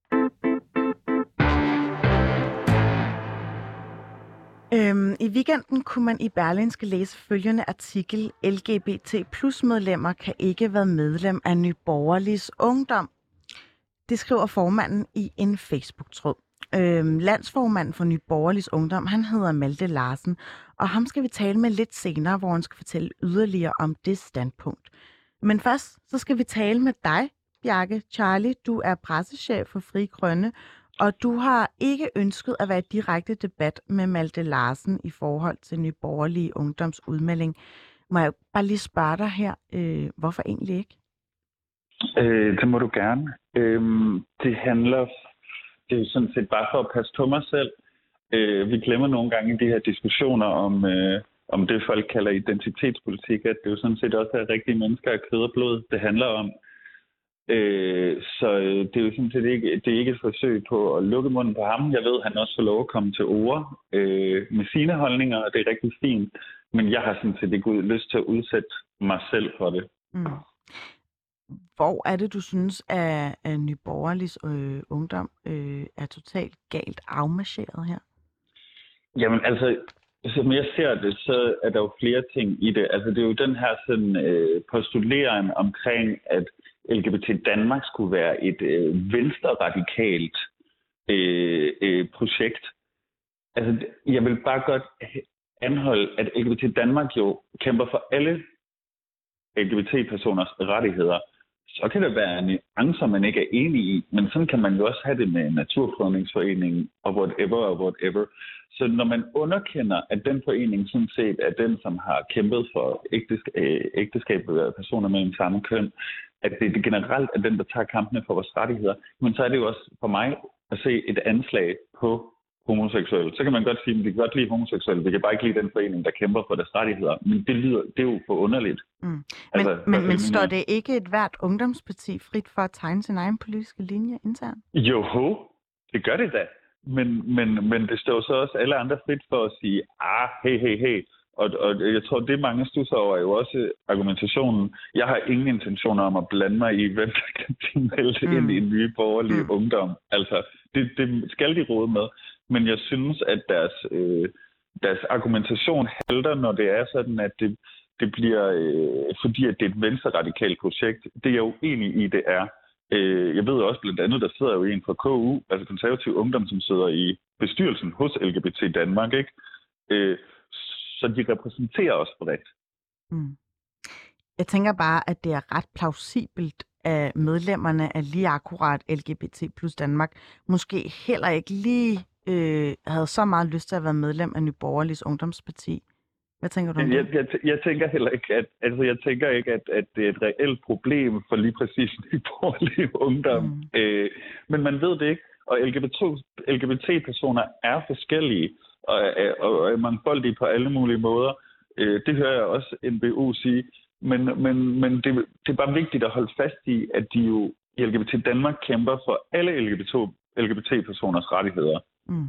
Øhm, I weekenden kunne man i Berlingske læse følgende artikel: L G B T plus medlemmer kan ikke være medlem af Nye Borgerliges Ungdom. Det skriver formanden i en Facebook-tråd. Øhm, landsformanden for Nye Borgerliges Ungdom, han hedder Malte Larsen, og ham skal vi tale med lidt senere, hvor han skal fortælle yderligere om det standpunkt. Men først, så skal vi tale med dig, Bjarke Charlie. Du er pressechef for Frie Grønne, og du har ikke ønsket at være i direkte debat med Malte Larsen i forhold til Nye Borgerlige Ungdoms udmelding. Må jeg bare lige spørge dig her, øh, hvorfor egentlig ikke? Øh, det må du gerne. Øh, det handler det er sådan set bare for at passe på mig selv. Øh, vi glemmer nogle gange i de her diskussioner om, øh, om det, folk kalder identitetspolitik, at det jo sådan set også er rigtige mennesker af kød og blod, det handler om. Øh, så det er jo sådan set ikke, det er ikke et forsøg på at lukke munden på ham. Jeg ved, at han også får lov at komme til ord øh, med sine holdninger, og det er rigtig fint. Men jeg har sådan set ikke lyst til at udsætte mig selv for det. Mm. Hvor er det, du synes, at, at Nye Borgerliges øh, Ungdom øh, er totalt galt afmarcheret her? Jamen altså, som jeg ser det, så er der jo flere ting i det. Altså det er jo den her sådan, øh, postulering omkring, at L G B T Danmark skulle være et øh, venstreradikalt øh, øh, projekt. Altså, jeg vil bare godt anholde, at L G B T Danmark jo kæmper for alle L G B T-personers rettigheder. Så kan det være nuancer, man ikke er enig i, men sådan kan man jo også have det med Naturfredningsforeningen og whatever og whatever. Så når man underkender, at den forening sådan set er den, som har kæmpet for ægteskab med personer med samme køn, at det generelt er den, der tager kampene for vores rettigheder, men så er det jo også for mig at se et anslag på homoseksuelle. Så kan man godt sige, at vi kan godt lide homoseksuelle. Vi kan bare ikke lide den forening, der kæmper for deres rettigheder. Men det, lyder, det er jo for underligt. Mm. Men, altså, men, men står det ikke et hvert ungdomsparti frit for at tegne sin egen politiske linje internt? Jo, det gør det da. Men, men, men det står så også alle andre frit for at sige, ah, hey, hey, hey. Og, og jeg tror, det mange stusser over er jo også argumentationen. Jeg har ingen intentioner om at blande mig i, hvem der kan blive meldt mm. ind i Nye Borgerlige mm. Ungdom. Altså, det, det skal de rode med. Men jeg synes, at deres, øh, deres argumentation halter, når det er sådan, at det, det bliver, øh, fordi at det er et venstreradikalt projekt. Det er jeg uenig i, det er. Øh, jeg ved også blandt andet, der sidder jo en fra K U, altså Konservativ Ungdom, som sidder i bestyrelsen hos L G B T Danmark, ikke? Øh, så de repræsenterer os bredt. Mm. Jeg tænker bare, at det er ret plausibelt, at medlemmerne af lige akkurat L G B T plus Danmark måske heller ikke lige øh, havde så meget lyst til at være medlem af Nye Borgerliges Ungdomsparti. Hvad tænker du om det? Jeg, jeg, jeg tænker heller ikke, at, altså jeg tænker ikke, at, at det er et reelt problem for lige præcis Nye Borgerlige Ungdom. Mm. Øh, men man ved det ikke, og L G B T-personer er forskellige og, og, og er mangfoldige på alle mulige måder. Øh, det hører jeg også N B O sige. Men, men, men det, det er bare vigtigt at holde fast i, at de jo i L G B T Danmark kæmper for alle L G B T-personers rettigheder. Mm.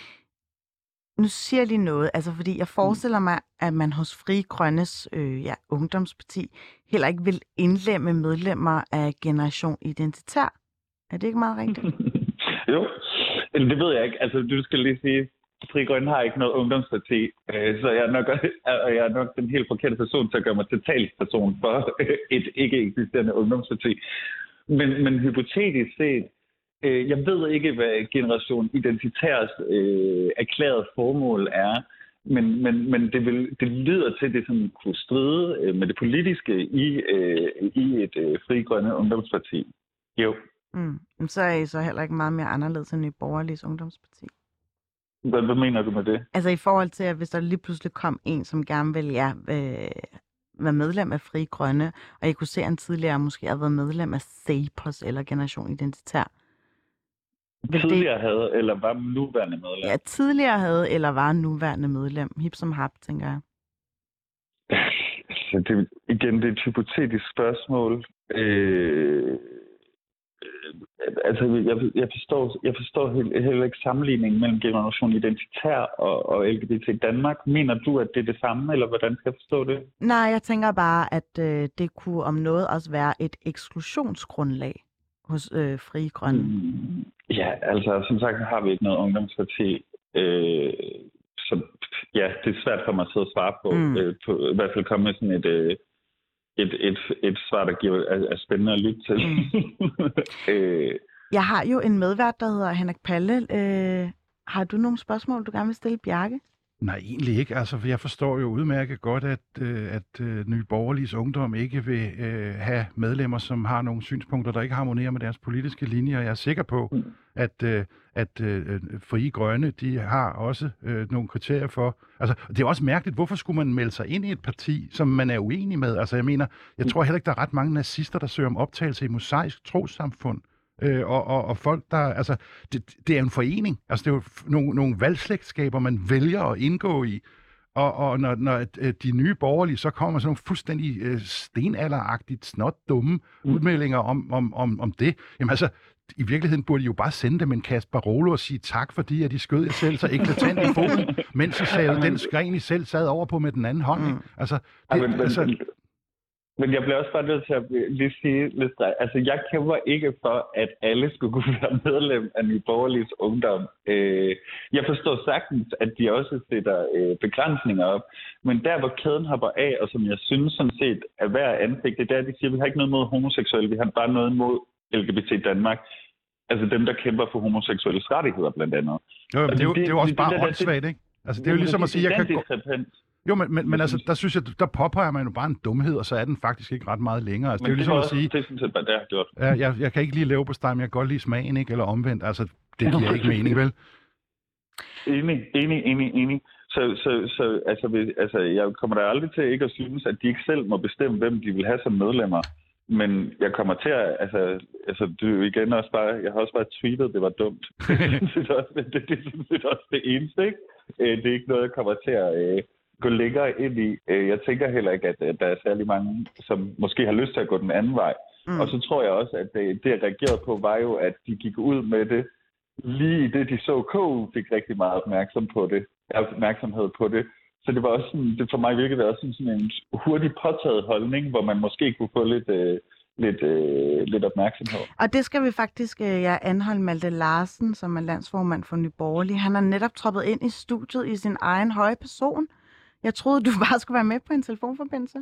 Nu siger jeg lige noget, altså fordi jeg forestiller mig, at man hos Frie Grønnes øh, ja, ungdomsparti heller ikke vil indlemme medlemmer af Generation Identitær. Er det ikke meget rigtigt? Jo, det ved jeg ikke. Altså, du skal lige sige, Frie Grønne har ikke noget ungdomsparti, så jeg er, nok, jeg er nok den helt forkerte person til at gøre mig til talsperson for et ikke eksisterende ungdomsparti. Men, men hypotetisk set, jeg ved ikke, hvad Generation Identitærs øh, erklærede formål er, men, men, men det, vil, det lyder til, at det sådan kunne stride øh, med det politiske i, øh, i et øh, Frie Grønne ungdomsparti. Jo. Mm. Så er I så heller ikke meget mere anderledes end Nye Borgerliges Ungdomsparti? Hvad, hvad mener du med det? Altså i forhold til, at hvis der lige pludselig kom en, som gerne ville ja, øh, være medlem af Frie Grønne, og jeg kunne se, at han tidligere måske havde været medlem af Cepos eller Generation Identitær. Vil Tidligere det... havde, eller var nuværende medlem? Ja, tidligere havde, eller var nuværende medlem. Hip som hap, tænker jeg. Så det, igen, det er et hypotetisk spørgsmål. Øh, altså, jeg, jeg forstår, jeg forstår heller ikke sammenligningen mellem Generation Identitær og, og L G B T Danmark. Mener du, at det er det samme, eller hvordan skal jeg forstå det? Nej, jeg tænker bare, at øh, det kunne om noget også være et eksklusionsgrundlag hos øh, Frie Grønne. Mm, ja, altså, som sagt, har vi ikke noget ungdomsparti. Øh, så ja, det er svært for mig at sidde og svare på. Mm. Øh, på I hvert fald komme med sådan et... Øh, Et, et, et svar, der giver, er, er spændende at lytte til. Mm. øh. Jeg har jo en medvært, der hedder Henrik Palle. Øh, har du nogle spørgsmål, du gerne vil stille Bjarke? Nej, egentlig ikke. Altså, jeg forstår jo udmærket godt, at, øh, at øh, Nye Borgerliges Ungdom ikke vil øh, have medlemmer, som har nogle synspunkter, der ikke harmonerer med deres politiske linjer. Jeg er sikker på, mm. at, øh, at øh, Frie Grønne, de har også øh, nogle kriterier for... Altså, det er også mærkeligt, hvorfor skulle man melde sig ind i et parti, som man er uenig med? Altså, jeg mener, jeg tror heller ikke, der er ret mange nazister, der søger om optagelse i mosaisk trossamfund. Øh, og, og, og folk, der... Altså, det, det er en forening. Altså, det er jo nogle, nogle valgslægtskaber, man vælger at indgå i. Og, og når, når de nye borgerlige, så kommer sådan nogle fuldstændig øh, stenalderagtigt, snot dumme mm. udmeldinger om, om, om, om det. Jamen altså, i virkeligheden burde I jo bare sende dem en kasse Barolo og sige tak, fordi at de skød jer selv så eklatant i foden, mens I savede den skræn, I selv sad over på med den anden hånd. Ikke? Altså, det, ja, men, altså... Men, men jeg bliver også bare nødt til at lige sige lidt stræk. Altså, jeg kæmper ikke for, at alle skulle kunne være medlem af Nye Borgerliges Ungdom. Øh, jeg forstår sagtens, at de også sætter øh, begrænsninger op. Men der, hvor kæden hopper af, og som jeg synes sådan set er værd at anfægte, det er, at de siger, at vi har ikke noget mod homoseksuelle, vi har bare noget mod L G B T Danmark. Altså dem, der kæmper for homoseksuelles rettigheder, blandt andet. Jo, men altså, det, er jo, det, det er jo også det, bare det, åndssvagt, ikke? Altså, det er jo ligesom at sige, at jeg kan gå... Jo, men, men, men altså, der synes jeg, der påpeger man jo bare en dumhed, og så er den faktisk ikke ret meget længere. Altså, det er jo ligesom også, at sige... Det er sådan set bare det, jeg har gjort. Ja, jeg, jeg kan ikke lige leve på steg, men jeg kan godt lide smagen, ikke? Eller omvendt. Altså, det giver ikke mening, vel? Enig, enig, enig, enig. Så, så, så altså, vi, altså, jeg kommer da aldrig til ikke at synes, at de ikke selv må bestemme, hvem de vil have som medlemmer. Men jeg kommer til at, altså, altså du igen også bare, jeg har også bare tweetet, det var dumt. det, er også, det, det, det er også det eneste, ikke? Det er ikke noget, jeg kommer til at øh, gå længere ind i. Jeg tænker heller ikke, at, at der er særlig mange, som måske har lyst til at gå den anden vej. Mm. Og så tror jeg også, at det, det jeg reagerede på, var jo, at de gik ud med det, lige i det, de så K U fik rigtig meget opmærksom på det, opmærksomhed på det. Så det var også sådan, det for mig virkede også sådan, sådan en hurtig påtaget holdning, hvor man måske kunne få lidt, øh, lidt, øh, lidt opmærksomhed. Og det skal vi faktisk, øh, jeg anholde Malte Larsen, som er landsformand for Nye Borgerlige. Han har netop troppet ind i studiet i sin egen høje person. Jeg troede, du bare skulle være med på en telefonforbindelse.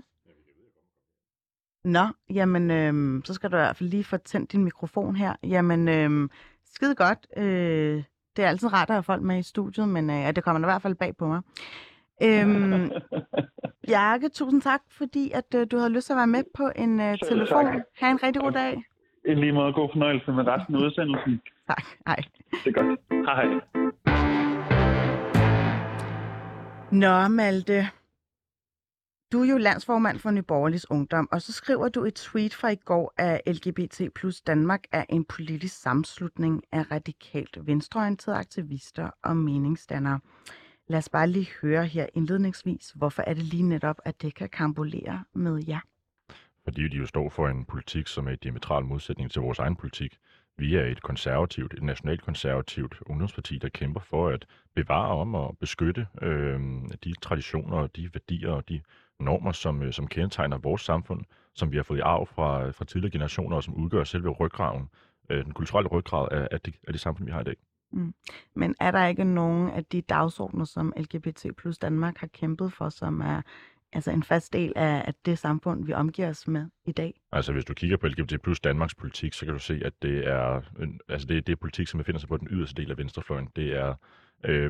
Nå, jamen, øh, så skal du i hvert fald lige få tændt din mikrofon her. Jamen, øh, skide godt. Øh, det er altid rart at have folk med i studiet, men øh, det kommer i hvert fald bag på mig. Øhm, Bjarke, tusind tak, fordi at, øh, du havde lyst til at være med på en øh, telefon. Tak. Ha' en rigtig god dag. I lige måde god fornøjelse med resten af udsendelsen. Tak, hej. Det er godt. Hej. Nå, Malte. Du er jo landsformand for Nye Borgerliges Ungdom, og så skriver du et tweet fra i går, at L G B T plus Danmark er en politisk sammenslutning af radikalt venstreorienterede aktivister og meningsdannere. Lad os bare lige høre her indledningsvis, hvorfor er det lige netop, at det kan karambolere med jer? Fordi de jo står for en politik, som er i diametral modsætning til vores egen politik. Vi er et konservativt, et nationalt konservativt ungdomsparti, der kæmper for at bevare om og beskytte øh, de traditioner og de værdier og de normer, som, som kendetegner vores samfund, som vi har fået i arv fra, fra tidligere generationer, og som udgør selve ryggraven, øh, den kulturelle ryggrad af, af, det, af det samfund, vi har i dag. Mm. Men er der ikke nogen af de dagsordner, som L G B T plus Danmark har kæmpet for, som er altså en fast del af, af det samfund, vi omgiver os med i dag? Altså hvis du kigger på L G B T plus Danmarks politik, så kan du se, at det er, altså det, det er politik, som befinder sig på den yderste del af venstrefløjen. Det er øh,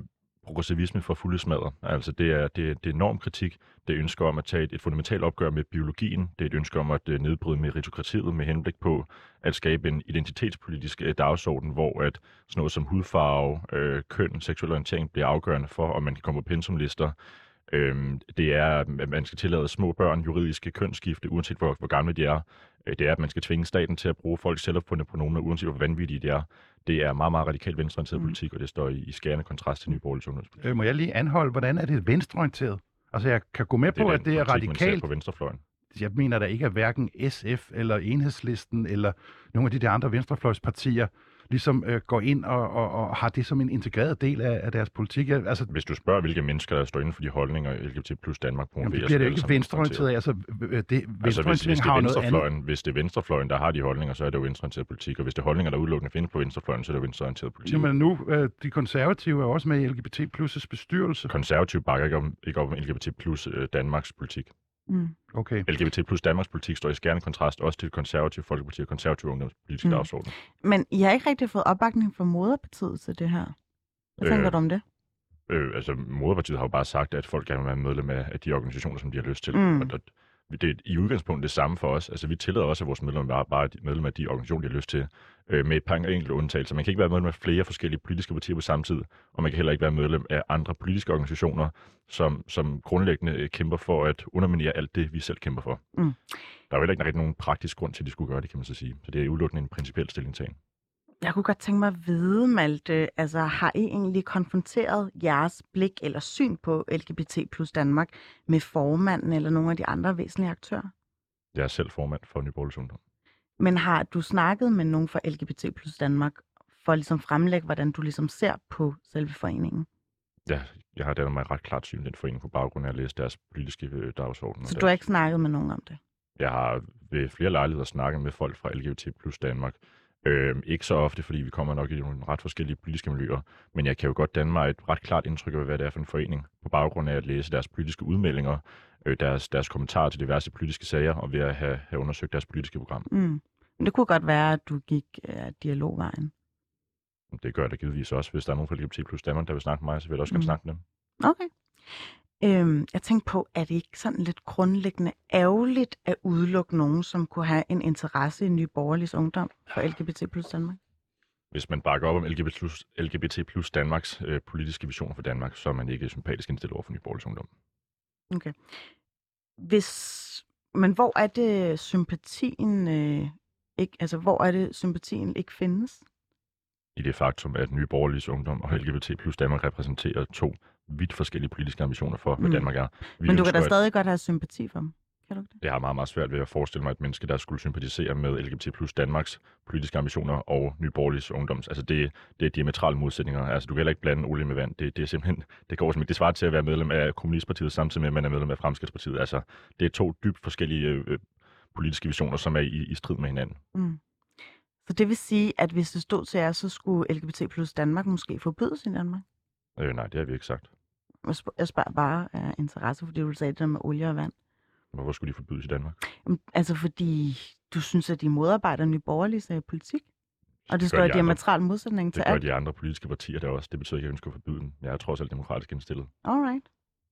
progressivisme for fulde smadre. Altså det er, det, er, det er normkritik, det er ønsker om at tage et, et fundamentalt opgør med biologien, det er et ønske om at uh, nedbryde meritokratiet med henblik på at skabe en identitetspolitisk uh, dagsorden, hvor at sådan noget som hudfarve, øh, køn, seksuel orientering bliver afgørende for, om man kan komme på pensumlister. Øhm, det er, at man skal tillade små børn juridiske kønsskifte, uanset hvor, hvor gamle de er. Det er, at man skal tvinge staten til at bruge folks selvopfundne pronomer, uanset hvor vanvittige de er. Det er meget, meget radikalt venstreorienteret mm. politik, og det står i, i skærende kontrast til Nye Borgerliges ungdomspolitik. Øh, må jeg lige anholde, hvordan er det venstreorienteret? Altså, jeg kan gå med det er på, at det er politik, radikalt. På venstrefløjen. Jeg mener, der ikke er hverken S F eller Enhedslisten eller nogle af de der andre venstrefløjspartier, ligesom øh, går ind og, og, og har det som en integreret del af, af deres politik. Altså, hvis du spørger, hvilke mennesker, der står inden for de holdninger, L G B T plus Danmark promoverer, det bliver det jo ikke venstreorienteret. Altså, det, altså hvis, hvis, det er venstrefløjen, hvis det er venstrefløjen, der har de holdninger, så er det jo venstreorienteret politik. Og hvis det er holdninger, der udelukkende findes på venstrefløjen, så er det jo venstreorienteret politik. Jamen nu, øh, de konservative er også med i L G B T plus' bestyrelse. Konservative bakker ikke, om, ikke op om L G B T plus øh, Danmarks politik. Mm. Okay. L G B T plus Danmarks politik står i skærende kontrast også til konservative folkeparti og konservative ungdomspolitiske mm. dagsorden. Men I har ikke rigtig fået opbakning fra moderpartiet til det her? Hvad tænker øh, du om det? Øh, altså, moderpartiet har jo bare sagt, at folk gerne vil være medlem af, af de organisationer, som de har lyst til. Mm. Og det er i udgangspunktet det samme for os. Altså, vi tillader også, at vores medlemmer er bare medlem af de organisationer, de har lyst til, øh, med et par enkelte undtagelser. Man kan ikke være medlem af flere forskellige politiske partier på samme tid, og man kan heller ikke være medlem af andre politiske organisationer, som, som grundlæggende kæmper for at underminere alt det, vi selv kæmper for. Mm. Der er jo heller ikke rigtig nogen praktisk grund til, at de skulle gøre det, kan man så sige. Så det er udelukkende en principiel stillingtagen. Jeg kunne godt tænke mig at vide, Malte, altså har I egentlig konfronteret jeres blik eller syn på L G B T plus Danmark med formanden eller nogle af de andre væsentlige aktører? Jeg er selv formand for Nye Borgerliges Ungdom. Men har du snakket med nogen fra L G B T plus Danmark for at ligesom fremlægge, hvordan du ligesom ser på selve foreningen? Ja, jeg har dannet mig ret klart syn den forening på baggrund af at læse deres politiske øh, dagsorden. Så deres... du har ikke snakket med nogen om det? Jeg har ved flere lejligheder snakket med folk fra L G B T plus Danmark. Øh, ikke så ofte, fordi vi kommer nok i nogle ret forskellige politiske miljøer, men jeg kan jo godt danne mig et ret klart indtryk af, hvad det er for en forening, på baggrund af at læse deres politiske udmeldinger, øh, deres, deres kommentarer til diverse politiske sager, og ved at have, have undersøgt deres politiske program. Mm. Men det kunne godt være, at du gik uh, dialogvejen. Det gør jeg da givetvis også. Hvis der er nogen fra L G B T plus Danmark, der vil snakke med mig, så vil jeg også gerne mm. snakke med dem. Okay. Øhm, jeg tænkte på, er det ikke sådan lidt grundlæggende ærgerligt at udelukke nogen, som kunne have en interesse i Nye Borgerliges Ungdom for L G B T plus Danmark? Hvis man bakker op om L G B T plus, L G B T plus Danmarks øh, politiske visioner for Danmark, så er man ikke sympatisk indstillet over for Nye Borgerliges Ungdom. Okay. Hvis, men hvor er det sympatien øh, ikke, altså hvor er det sympatien ikke findes? I det faktum, at Nye Borgerliges Ungdom og L G B T plus Danmark repræsenterer to vidt forskellige politiske ambitioner for, hvad mm. Danmark er. Vi Men du kan da at... stadig godt have sympati for dem. Kan du ikke det? Jeg har meget, meget svært ved at forestille mig et menneske, der skulle sympatisere med L G B T plus Danmarks politiske ambitioner og Nye Borgerliges Ungdoms. Altså det, det er diametrale modsætninger. Altså du kan heller ikke blande olie med vand. Det, det er simpelthen, det går simpelthen, det svarer til at være medlem af Kommunistpartiet samtidig med, at man er medlem af Fremskridtspartiet. Altså det er to dybt forskellige øh, politiske visioner, som er i, i strid med hinanden. Mm. Så det vil sige, at hvis det stod til jer, så skulle L G B T plus Danmark måske forbydes i Danmark? Øh, nej, det har vi ikke sagt. Jeg spørger bare af interesse, fordi du sagde det der med olie og vand. Hvorfor skulle de forbydes i Danmark? Altså fordi du synes, at de modarbejder Nye Borgerlige politik? Og det står i de diametral modsætning til alt? Det gør alt? de andre politiske partier der også. Det betyder ikke, at jeg ønsker at forbyde dem. Jeg er trods alt demokratisk indstillet. Alright.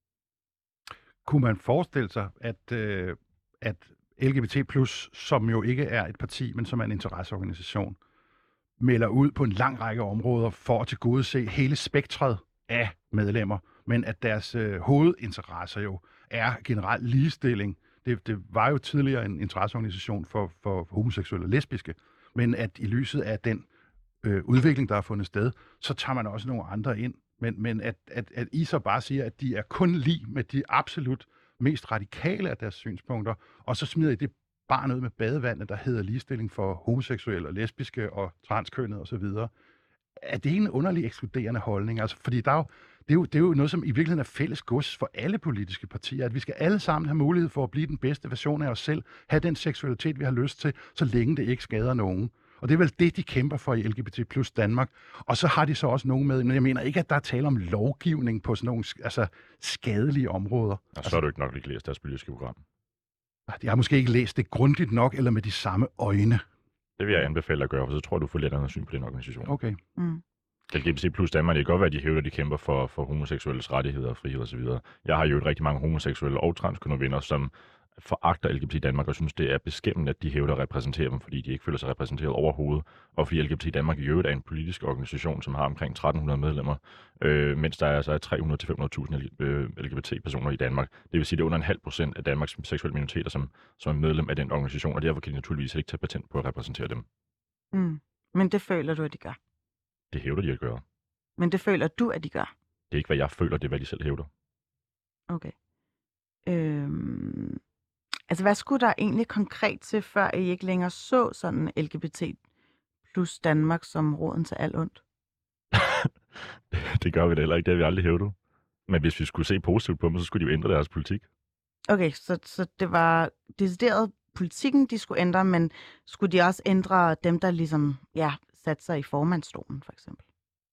Kunne man forestille sig, at, øh, at L G B T plus, som jo ikke er et parti, men som er en interesseorganisation, melder ud på en lang række områder for at tilgodese hele spektret af medlemmer, men at deres øh, hovedinteresser jo er generelt ligestilling. Det, det var jo tidligere en interesseorganisation for, for homoseksuelle og lesbiske, men at i lyset af den øh, udvikling, der har fundet sted, så tager man også nogle andre ind. Men, men at, at, at I så bare siger, at de er kun lige med de absolut mest radikale af deres synspunkter, og så smider I det barn ud med badevandet, der hedder ligestilling for homoseksuelle og lesbiske og transkønnede osv. Er det en underlig ekskluderende holdning? Altså, fordi der er jo, det, er jo, det er jo noget, som i virkeligheden er fælles gods for alle politiske partier, at vi skal alle sammen have mulighed for at blive den bedste version af os selv, have den seksualitet, vi har lyst til, så længe det ikke skader nogen. Og det er vel det, de kæmper for i L G B T plus Danmark. Og så har de så også nogen med, men jeg mener ikke, at der er tale om lovgivning på sådan nogle altså, skadelige områder. Og så altså, har du ikke nok ikke læst deres politiske program. Jeg har måske ikke læst det grundigt nok, eller med de samme øjne. Det vil jeg anbefale at gøre, for så tror jeg, du får lidt andet syn på den organisation. Okay. Mm. L G B T plus Danmark, det kan godt være, at de hævder, at de kæmper for, for homoseksuelles rettigheder og frihed osv. Jeg har jo et rigtig mange homoseksuelle og transkønnede venner, som foragter L G B T Danmark og synes, det er beskæmmende, at de hævder at repræsentere dem, fordi de ikke føler sig repræsenteret overhovedet, og fordi L G B T Danmark i øvrigt er en politisk organisation, som har omkring tretten hundrede medlemmer, øh, mens der er altså tre hundrede til fem hundrede tusind L G B T-personer i Danmark. Det vil sige, at det er under en halv procent af Danmarks seksuelle minoriteter, som, som er medlem af den organisation, og derfor kan de naturligvis ikke tage patent på at repræsentere dem. Mm. Men det føler du, at de gør? Det hævder de at gøre. Men det føler du, at de gør? Det er ikke, hvad jeg føler, det er, hvad de selv hævder. Okay. Øhm... Altså, hvad skulle der egentlig konkret til, før I ikke længere så sådan L G B T plus Danmark som roden til alt ondt? Det gør vi da heller ikke, det har vi aldrig hævdet. Men hvis vi skulle se positivt på dem, så skulle de jo ændre deres politik. Okay, så, så det var decideret politikken, de skulle ændre, men skulle de også ændre dem, der ligesom, ja, satte sig i formandsstolen, for eksempel?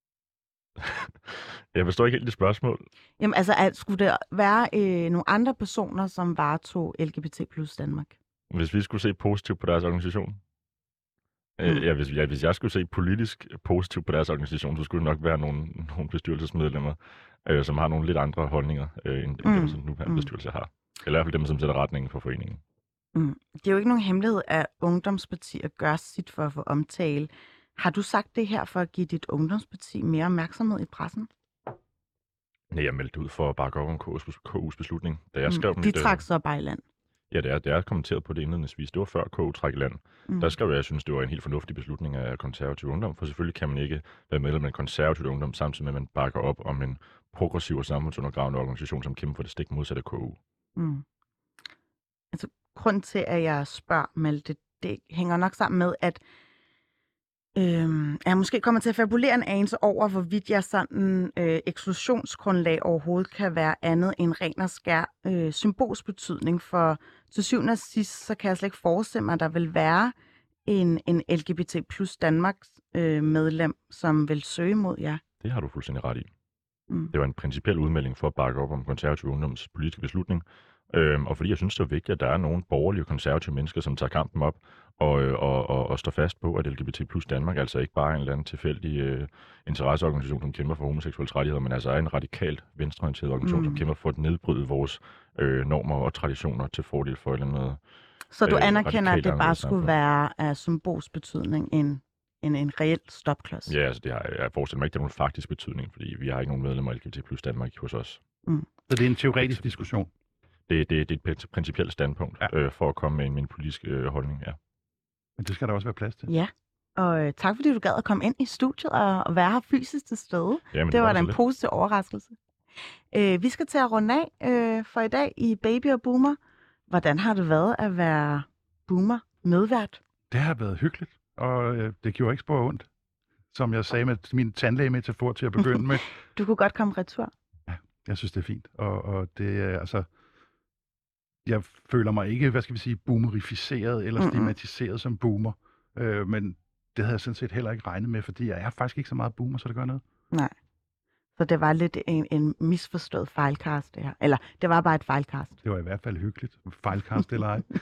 Jeg forstår ikke helt det spørgsmål. Jamen altså, at, skulle der være øh, nogle andre personer, som varetog L G B T plus Danmark? Hvis vi skulle se positivt på deres organisation? Mm. Øh, ja, hvis, ja, hvis jeg skulle se politisk positivt på deres organisation, så skulle det nok være nogle, nogle bestyrelsesmedlemmer, øh, som har nogle lidt andre holdninger, øh, end, end mm. dem, som nu mm. bestyrelse har. Eller i hvert fald dem, som sætter retningen for foreningen. Mm. Det er jo ikke nogen hemmelighed, at ungdomspartier gør sit for at få omtale. Har du sagt det her for at give dit ungdomsparti mere opmærksomhed i pressen? Nej, jeg meldte ud for at bakke op om K U's beslutning. Da jeg skrev mm, de trak så bare i land? Ja, det er, det er kommenteret på det indledningsvis. Det var før K U trak i land. Mm. Der skrev jeg, at jeg synes, det var en helt fornuftig beslutning af konservativ ungdom, for selvfølgelig kan man ikke være medlem af en konservativ ungdom, samtidig med, at man bakker op om en progressiv og samfundsundergravende organisation, som kæmper for det stik modsatte af K U. Mm. Altså, grund til, at jeg spørger, Malte, det hænger nok sammen med, at Øhm, jeg måske kommer til at fabulere en anelse over, hvorvidt jeg sådan øh, eksklusionsgrundlag overhovedet kan være andet end ren og skær øh, symbolsk betydning. For til syvende og sidst, så kan jeg slet ikke forestille mig, at der vil være en, en L G B T plus Danmarks øh, medlem, som vil søge mod jer. Det har du fuldstændig ret i. Mm. Det var en principiel udmelding for at bakke op om konservativ ungdoms politiske beslutning. Øhm, og fordi jeg synes, det er vigtigt, at der er nogle borgerlige og konservative mennesker, som tager kampen op og, og, og, og står fast på, at L G B T plus Danmark altså ikke bare er en eller anden tilfældig øh, interesseorganisation, som kæmper for homoseksuelle rettigheder, men altså er en radikalt venstreorienteret organisation, mm. som kæmper for at nedbryde vores øh, normer og traditioner til fordel for et eller andet. Så du øh, anerkender, at det bare skulle være af symbolsk betydning end en, en reel stopklods? Ja, altså det har, jeg forestiller mig ikke, det er nogen faktisk betydning, fordi vi har ikke nogen medlemmer af L G B T plus Danmark hos os. Mm. Så det er en teoretisk diskussion? Det, det, det er et principielt standpunkt ja. øh, for at komme med en, med en politisk øh, holdning, ja. Men det skal der også være plads til. Ja, og øh, tak fordi du gad at komme ind i studiet og, og være her fysisk til stede. Jamen, det, det var, var da en lidt. positiv overraskelse. Øh, vi skal til at runde af øh, for i dag i Baby og Boomer. Hvordan har det været at være boomer medvært? Det har været hyggeligt, og øh, det gjorde ikke spor ondt. Som jeg sagde med min tandlægemetafor til at begynde med. Du kunne godt komme retur. Ja, jeg synes, det er fint. Og, og det er altså... Jeg føler mig ikke, hvad skal vi sige, boomerificeret eller stigmatiseret mm-hmm. som boomer. Øh, men det havde jeg sådan set heller ikke regnet med, fordi jeg er faktisk ikke så meget boomer, så det gør noget. Nej. Så det var lidt en, en misforstået fejlcast, det her. Eller det var bare et fejlcast. Det var i hvert fald hyggeligt. Fejlcast eller ej.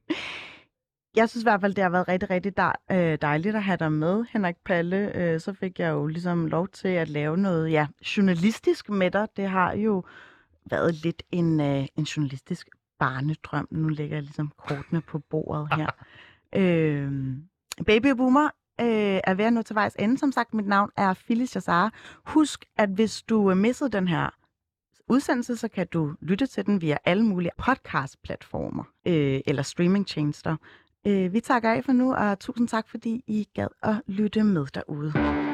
Jeg synes i hvert fald, det har været rigtig, rigtig dejligt at have dig med, Henrik Palle. Så fik jeg jo ligesom lov til at lave noget ja, journalistisk med dig. Det har jo været lidt en, en journalistisk barnedrøm. Nu lægger jeg ligesom kortene på bordet her. øh, Baby og Boomer øh, er ved at nå til vejs ende. Som sagt, mit navn er Phyllis Jassar. Husk, at hvis du missede den her udsendelse, så kan du lytte til den via alle mulige podcast-platformer øh, eller streamingtjenester. Øh, vi takker af for nu, og tusind tak, fordi I gad at lytte med derude.